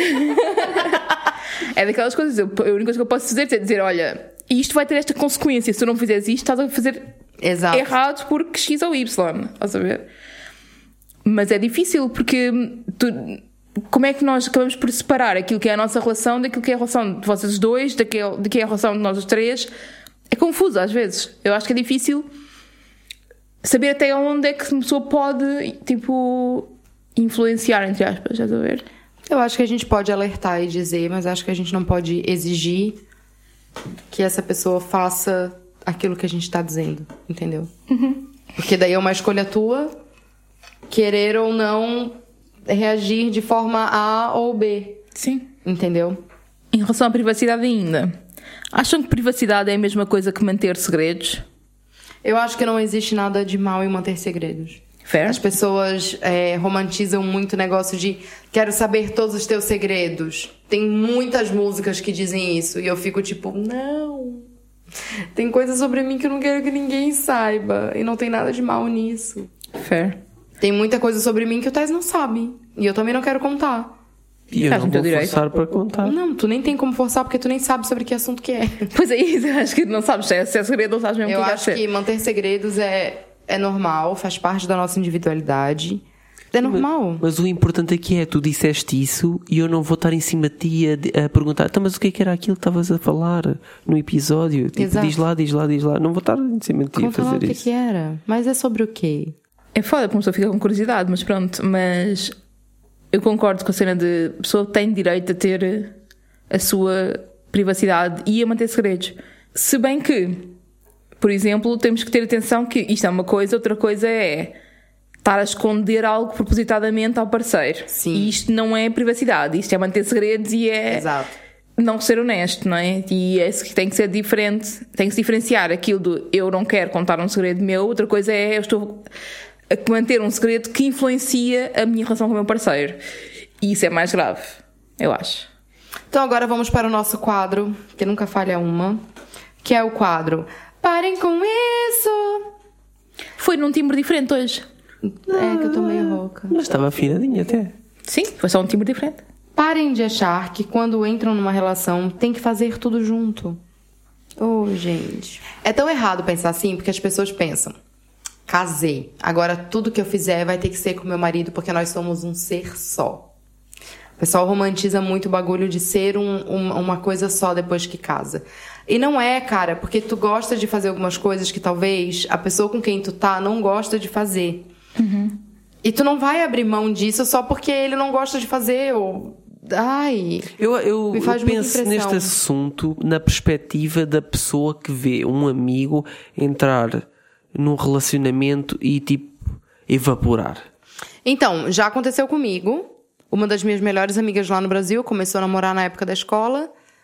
É daquelas coisas. Eu, a única coisa que eu posso fazer é dizer, olha, isto vai ter esta consequência. Se tu não fizeres isto, estás a fazer Exato. errado porque X ou Y. Estás a ver? Mas é difícil porque tu... Como é que nós acabamos por separar aquilo que é a nossa relação daquilo que é a relação de vocês dois, daquilo, de que é a relação de nós os três? É confuso às vezes. Eu acho que é difícil saber até onde é que uma pessoa pode, tipo, influenciar, entre aspas, já estou a ver? Eu acho que a gente pode alertar e dizer, mas acho que a gente não pode exigir que essa pessoa faça aquilo que a gente está dizendo, entendeu? Uhum. Porque daí é uma escolha tua, querer ou não reagir de forma A ou B. Sim. Entendeu? Em relação à privacidade ainda, acham que privacidade é a mesma coisa que manter segredos? Eu acho que não existe nada de mal em manter segredos. Fair. As pessoas é, romantizam muito o negócio de quero saber todos os teus segredos. Tem muitas músicas que dizem isso. E eu fico tipo, não. Tem coisas sobre mim que eu não quero que ninguém saiba. E não tem nada de mal nisso. Fair. Tem muita coisa sobre mim que o Tess não sabe. E eu também não quero contar. E eu Estás não no teu vou direito. forçar para contar. Não, tu nem tem como forçar porque tu nem sabe sobre que assunto que é. Pois é isso, eu acho que não sabes se é, se é segredo ou sabes mesmo o Eu que acho vai que ser. manter segredos é, é normal, faz parte da nossa individualidade. É normal. Mas o importante aqui é, tu disseste isso e eu não vou estar em cima de ti a, a perguntar, então, mas o que é que era aquilo que estavas a falar no episódio? Tipo, Exato. diz lá, diz lá, diz lá. Não vou estar em cima de ti a Conta lá o fazer que, isso. que era. Mas é sobre o quê? É foda, porque uma pessoa fica com curiosidade, mas pronto. Mas eu concordo com a cena de a pessoa tem direito a ter a sua privacidade e a manter segredos. Se bem que, por exemplo, temos que ter atenção que isto é uma coisa, outra coisa é estar a esconder algo propositadamente ao parceiro. Sim. E isto não é privacidade, isto é manter segredos e é Exato. não ser honesto, não é? E é isso que tem que ser diferente, tem que se diferenciar aquilo do eu não quero contar um segredo meu, outra coisa é eu estou a manter um segredo que influencia a minha relação com o meu parceiro. E isso é mais grave, eu acho. Então agora vamos para o nosso quadro, que nunca falha uma, que é o quadro Parem com isso! Foi num timbre diferente hoje. É que eu tô meio rouca. Mas estava afinadinha até. Sim, foi só um timbre diferente. Parem de achar que quando entram numa relação tem que fazer tudo junto. Oh, gente. É tão errado pensar assim, porque as pessoas pensam: casei, agora tudo que eu fizer vai ter que ser com meu marido, porque nós somos um ser só. O pessoal romantiza muito o bagulho de ser um, um, uma coisa só depois que casa. E não é, cara, porque tu gosta de fazer algumas coisas que talvez a pessoa com quem tu tá não gosta de fazer. Uhum. E tu não vai abrir mão disso só porque ele não gosta de fazer, ou... Ai... Eu, eu, Me faz eu muita penso impressão. neste assunto na perspectiva da pessoa que vê um amigo entrar num relacionamento e tipo evaporar. Então, já aconteceu comigo. Uma das minhas melhores amigas lá no Brasil começou a namorar na época da escola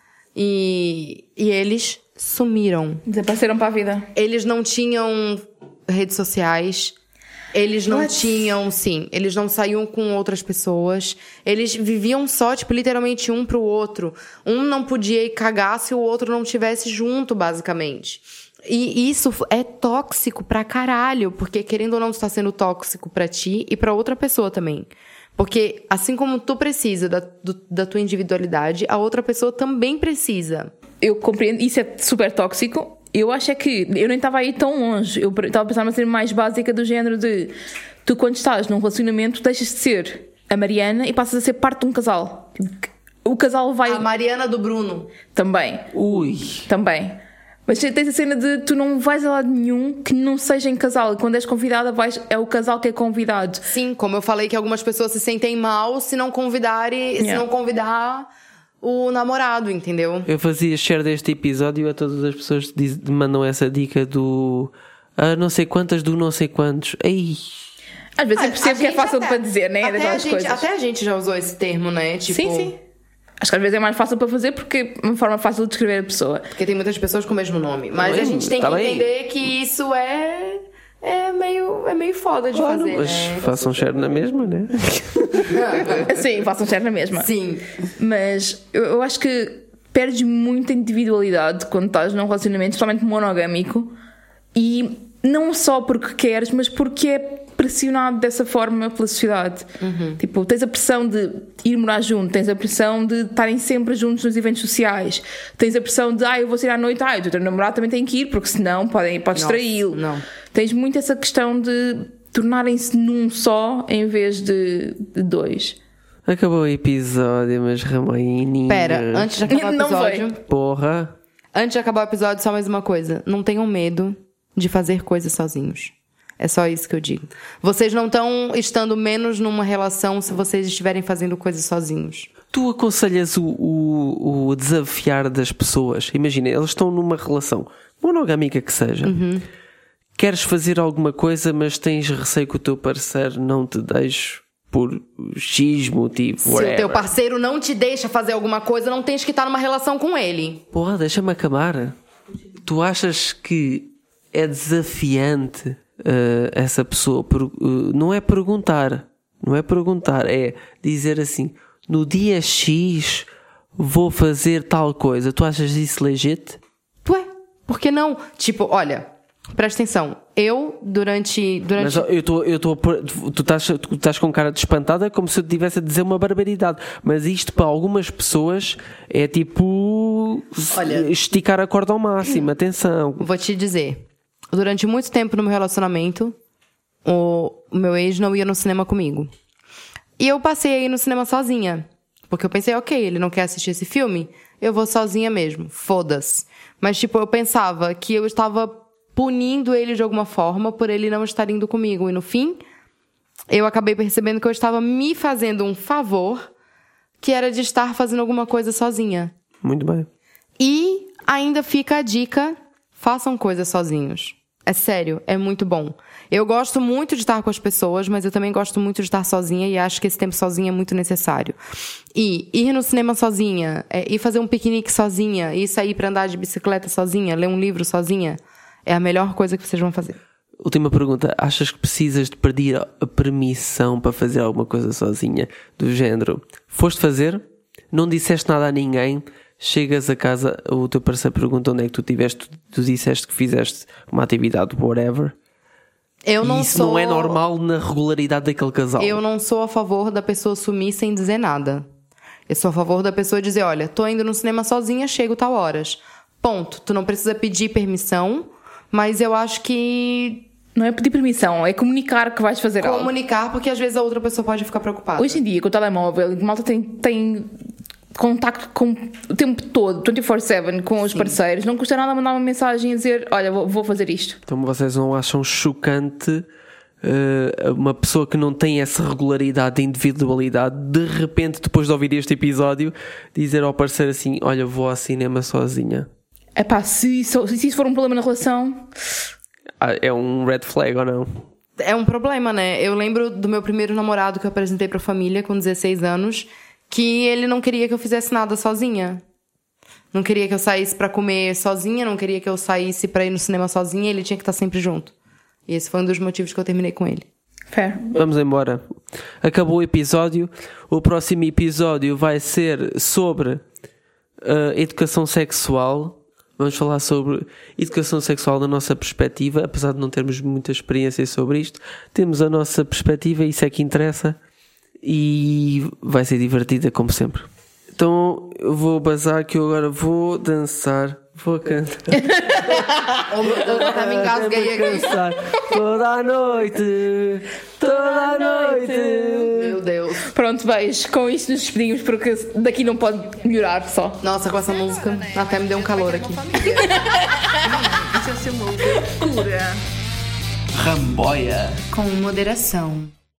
e, e eles sumiram. Desapareceram para a vida. Eles não tinham redes sociais, eles não What? tinham, sim, eles não saíam com outras pessoas, eles viviam só, tipo, literalmente um pro outro. Um não podia ir cagar se o outro não estivesse junto, basicamente. E isso é tóxico pra caralho, porque querendo ou não, está sendo tóxico pra ti e pra outra pessoa também. Porque assim como tu precisa da, do, da tua individualidade, a outra pessoa também precisa. Eu compreendo, isso é super tóxico. Eu acho é que eu nem estava aí tão longe. Eu estava a pensar numa cena mais básica do género de tu, quando estás num relacionamento, deixas de ser a Mariana e passas a ser parte de um casal. O casal vai. A Mariana do Bruno. Também. Ui. Também. Mas tens a cena de tu não vais a lado nenhum que não seja em casal. E quando és convidada, vais, é o casal que é convidado. Sim, como eu falei que algumas pessoas se sentem mal se não convidarem, se Yeah. não convidar o namorado, entendeu? Eu fazia share deste episódio a todas as pessoas que diz- mandam essa dica do ah, não sei quantas do não sei quantos. Ei. Às vezes eu A- percebo a que é gente fácil até- para dizer, né? Até a, Daquelas gente, coisas. até a gente já usou esse termo, né? Tipo, Sim, sim. Acho que às vezes é mais fácil para fazer porque é uma forma fácil de descrever a pessoa. Porque tem muitas pessoas com o mesmo nome. Mas Bem, a gente tem tá que bem. entender que isso é... É meio, é meio foda de Claro, fazer, mas né? façam share na mesma, né? Sim, façam share na mesma. Sim. Mas eu, eu acho que perdes muita individualidade quando estás num relacionamento totalmente monogâmico e não só porque queres, mas porque é pressionado dessa forma pela sociedade. Tipo, tens a pressão de ir morar junto, tens a pressão de estarem sempre juntos nos eventos sociais, tens a pressão de, ah, eu vou sair à noite, ah, o teu namorado também tem que ir, porque senão podem, podes Nossa, traí-lo. não. Tens muito essa questão de tornarem-se num só em vez de, de dois. Acabou o episódio, mas Ramoinha. Pera, antes de acabar o Não foi. episódio... Porra. Antes de acabar o episódio, só mais uma coisa. Não tenham medo de fazer coisas sozinhos. É só isso que eu digo. Vocês não estão estando menos numa relação se vocês estiverem fazendo coisas sozinhos. Tu aconselhas o, o, o desafiar das pessoas. Imagina, eles estão numa relação monogâmica que seja. Uhum. Queres fazer alguma coisa, mas tens receio que o teu parceiro não te deixe por X motivo. Se whatever. o teu parceiro não te deixa fazer alguma coisa, não tens que estar numa relação com ele. Porra, deixa-me acabar. Tu achas que é desafiante uh, essa pessoa? Per- uh, não é perguntar. Não é perguntar. É dizer assim: no dia X vou fazer tal coisa. Tu achas isso legítimo? Ué, por que não? Tipo, olha, Presta atenção. Eu, durante... durante... Mas eu estou... Eu estou tu estás tu estás com cara de espantada como se eu estivesse a dizer uma barbaridade. Mas isto para algumas pessoas é tipo... Olha, esticar a corda ao máximo. Atenção. Vou te dizer. Durante muito tempo no meu relacionamento, o meu ex não ia no cinema comigo. E eu passei a ir no cinema sozinha. Porque eu pensei, ok, ele não quer assistir esse filme, eu vou sozinha mesmo. Foda-se. Mas, tipo, eu pensava que eu estava punindo ele de alguma forma por ele não estar indo comigo. E no fim, eu acabei percebendo que eu estava me fazendo um favor, que era de estar fazendo alguma coisa sozinha. Muito bem. E ainda fica a dica, façam coisas sozinhos. É sério, é muito bom. Eu gosto muito de estar com as pessoas, mas eu também gosto muito de estar sozinha e acho que esse tempo sozinha é muito necessário. E ir no cinema sozinha, é, ir fazer um piquenique sozinha, ir sair pra andar de bicicleta sozinha, ler um livro sozinha, é a melhor coisa que vocês vão fazer. Última pergunta. Achas que precisas de pedir a permissão para fazer alguma coisa sozinha? Do género, foste fazer, não disseste nada a ninguém, chegas a casa, o teu parceiro pergunta onde é que tu estiveste, tu, tu disseste que fizeste uma atividade, whatever. Eu não e isso sou... não é normal na regularidade daquele casal. Eu não sou a favor da pessoa sumir sem dizer nada. Eu sou a favor da pessoa dizer, olha, tô indo no cinema sozinha, chego tal horas. Ponto. Tu não precisa pedir permissão, mas eu acho que... Não é pedir permissão, é comunicar que vais fazer algo. Comunicar, porque às vezes a outra pessoa pode ficar preocupada. Hoje em dia, com o telemóvel, a malta tem... tem... contacto com, o tempo todo, vinte e quatro sete, com os Sim. parceiros. Não custa nada mandar uma mensagem e dizer, olha, vou, vou fazer isto. Então vocês não acham chocante uh, uma pessoa que não tem essa regularidade de individualidade, de repente, depois de ouvir este episódio, dizer ao parceiro assim, olha, vou ao cinema sozinha? É pá, se, se, se isso for um problema na relação... É um red flag ou não? É um problema, né? Eu lembro do meu primeiro namorado que eu apresentei pra família com dezesseis anos, que ele não queria que eu fizesse nada sozinha. Não queria que eu saísse pra comer sozinha, não queria que eu saísse pra ir no cinema sozinha, ele tinha que estar sempre junto. E esse foi um dos motivos que eu terminei com ele. Fair. Vamos embora. Acabou o episódio. O próximo episódio vai ser sobre uh, educação sexual. Vamos falar sobre educação sexual da nossa perspectiva, apesar de não termos muita experiência sobre isto. Temos a nossa perspectiva, isso é que interessa. E vai ser divertida como sempre. Então eu vou bazar que eu agora vou dançar, vou cantar. Eu me engasguei aqui. Toda a noite, toda a noite. Meu Deus. Pronto, beijo. Com isto nos despedimos porque daqui não pode melhorar só. Nossa, com essa música até me deu um calor aqui. Isso vai ser uma loucura. Ramboia. Com moderação.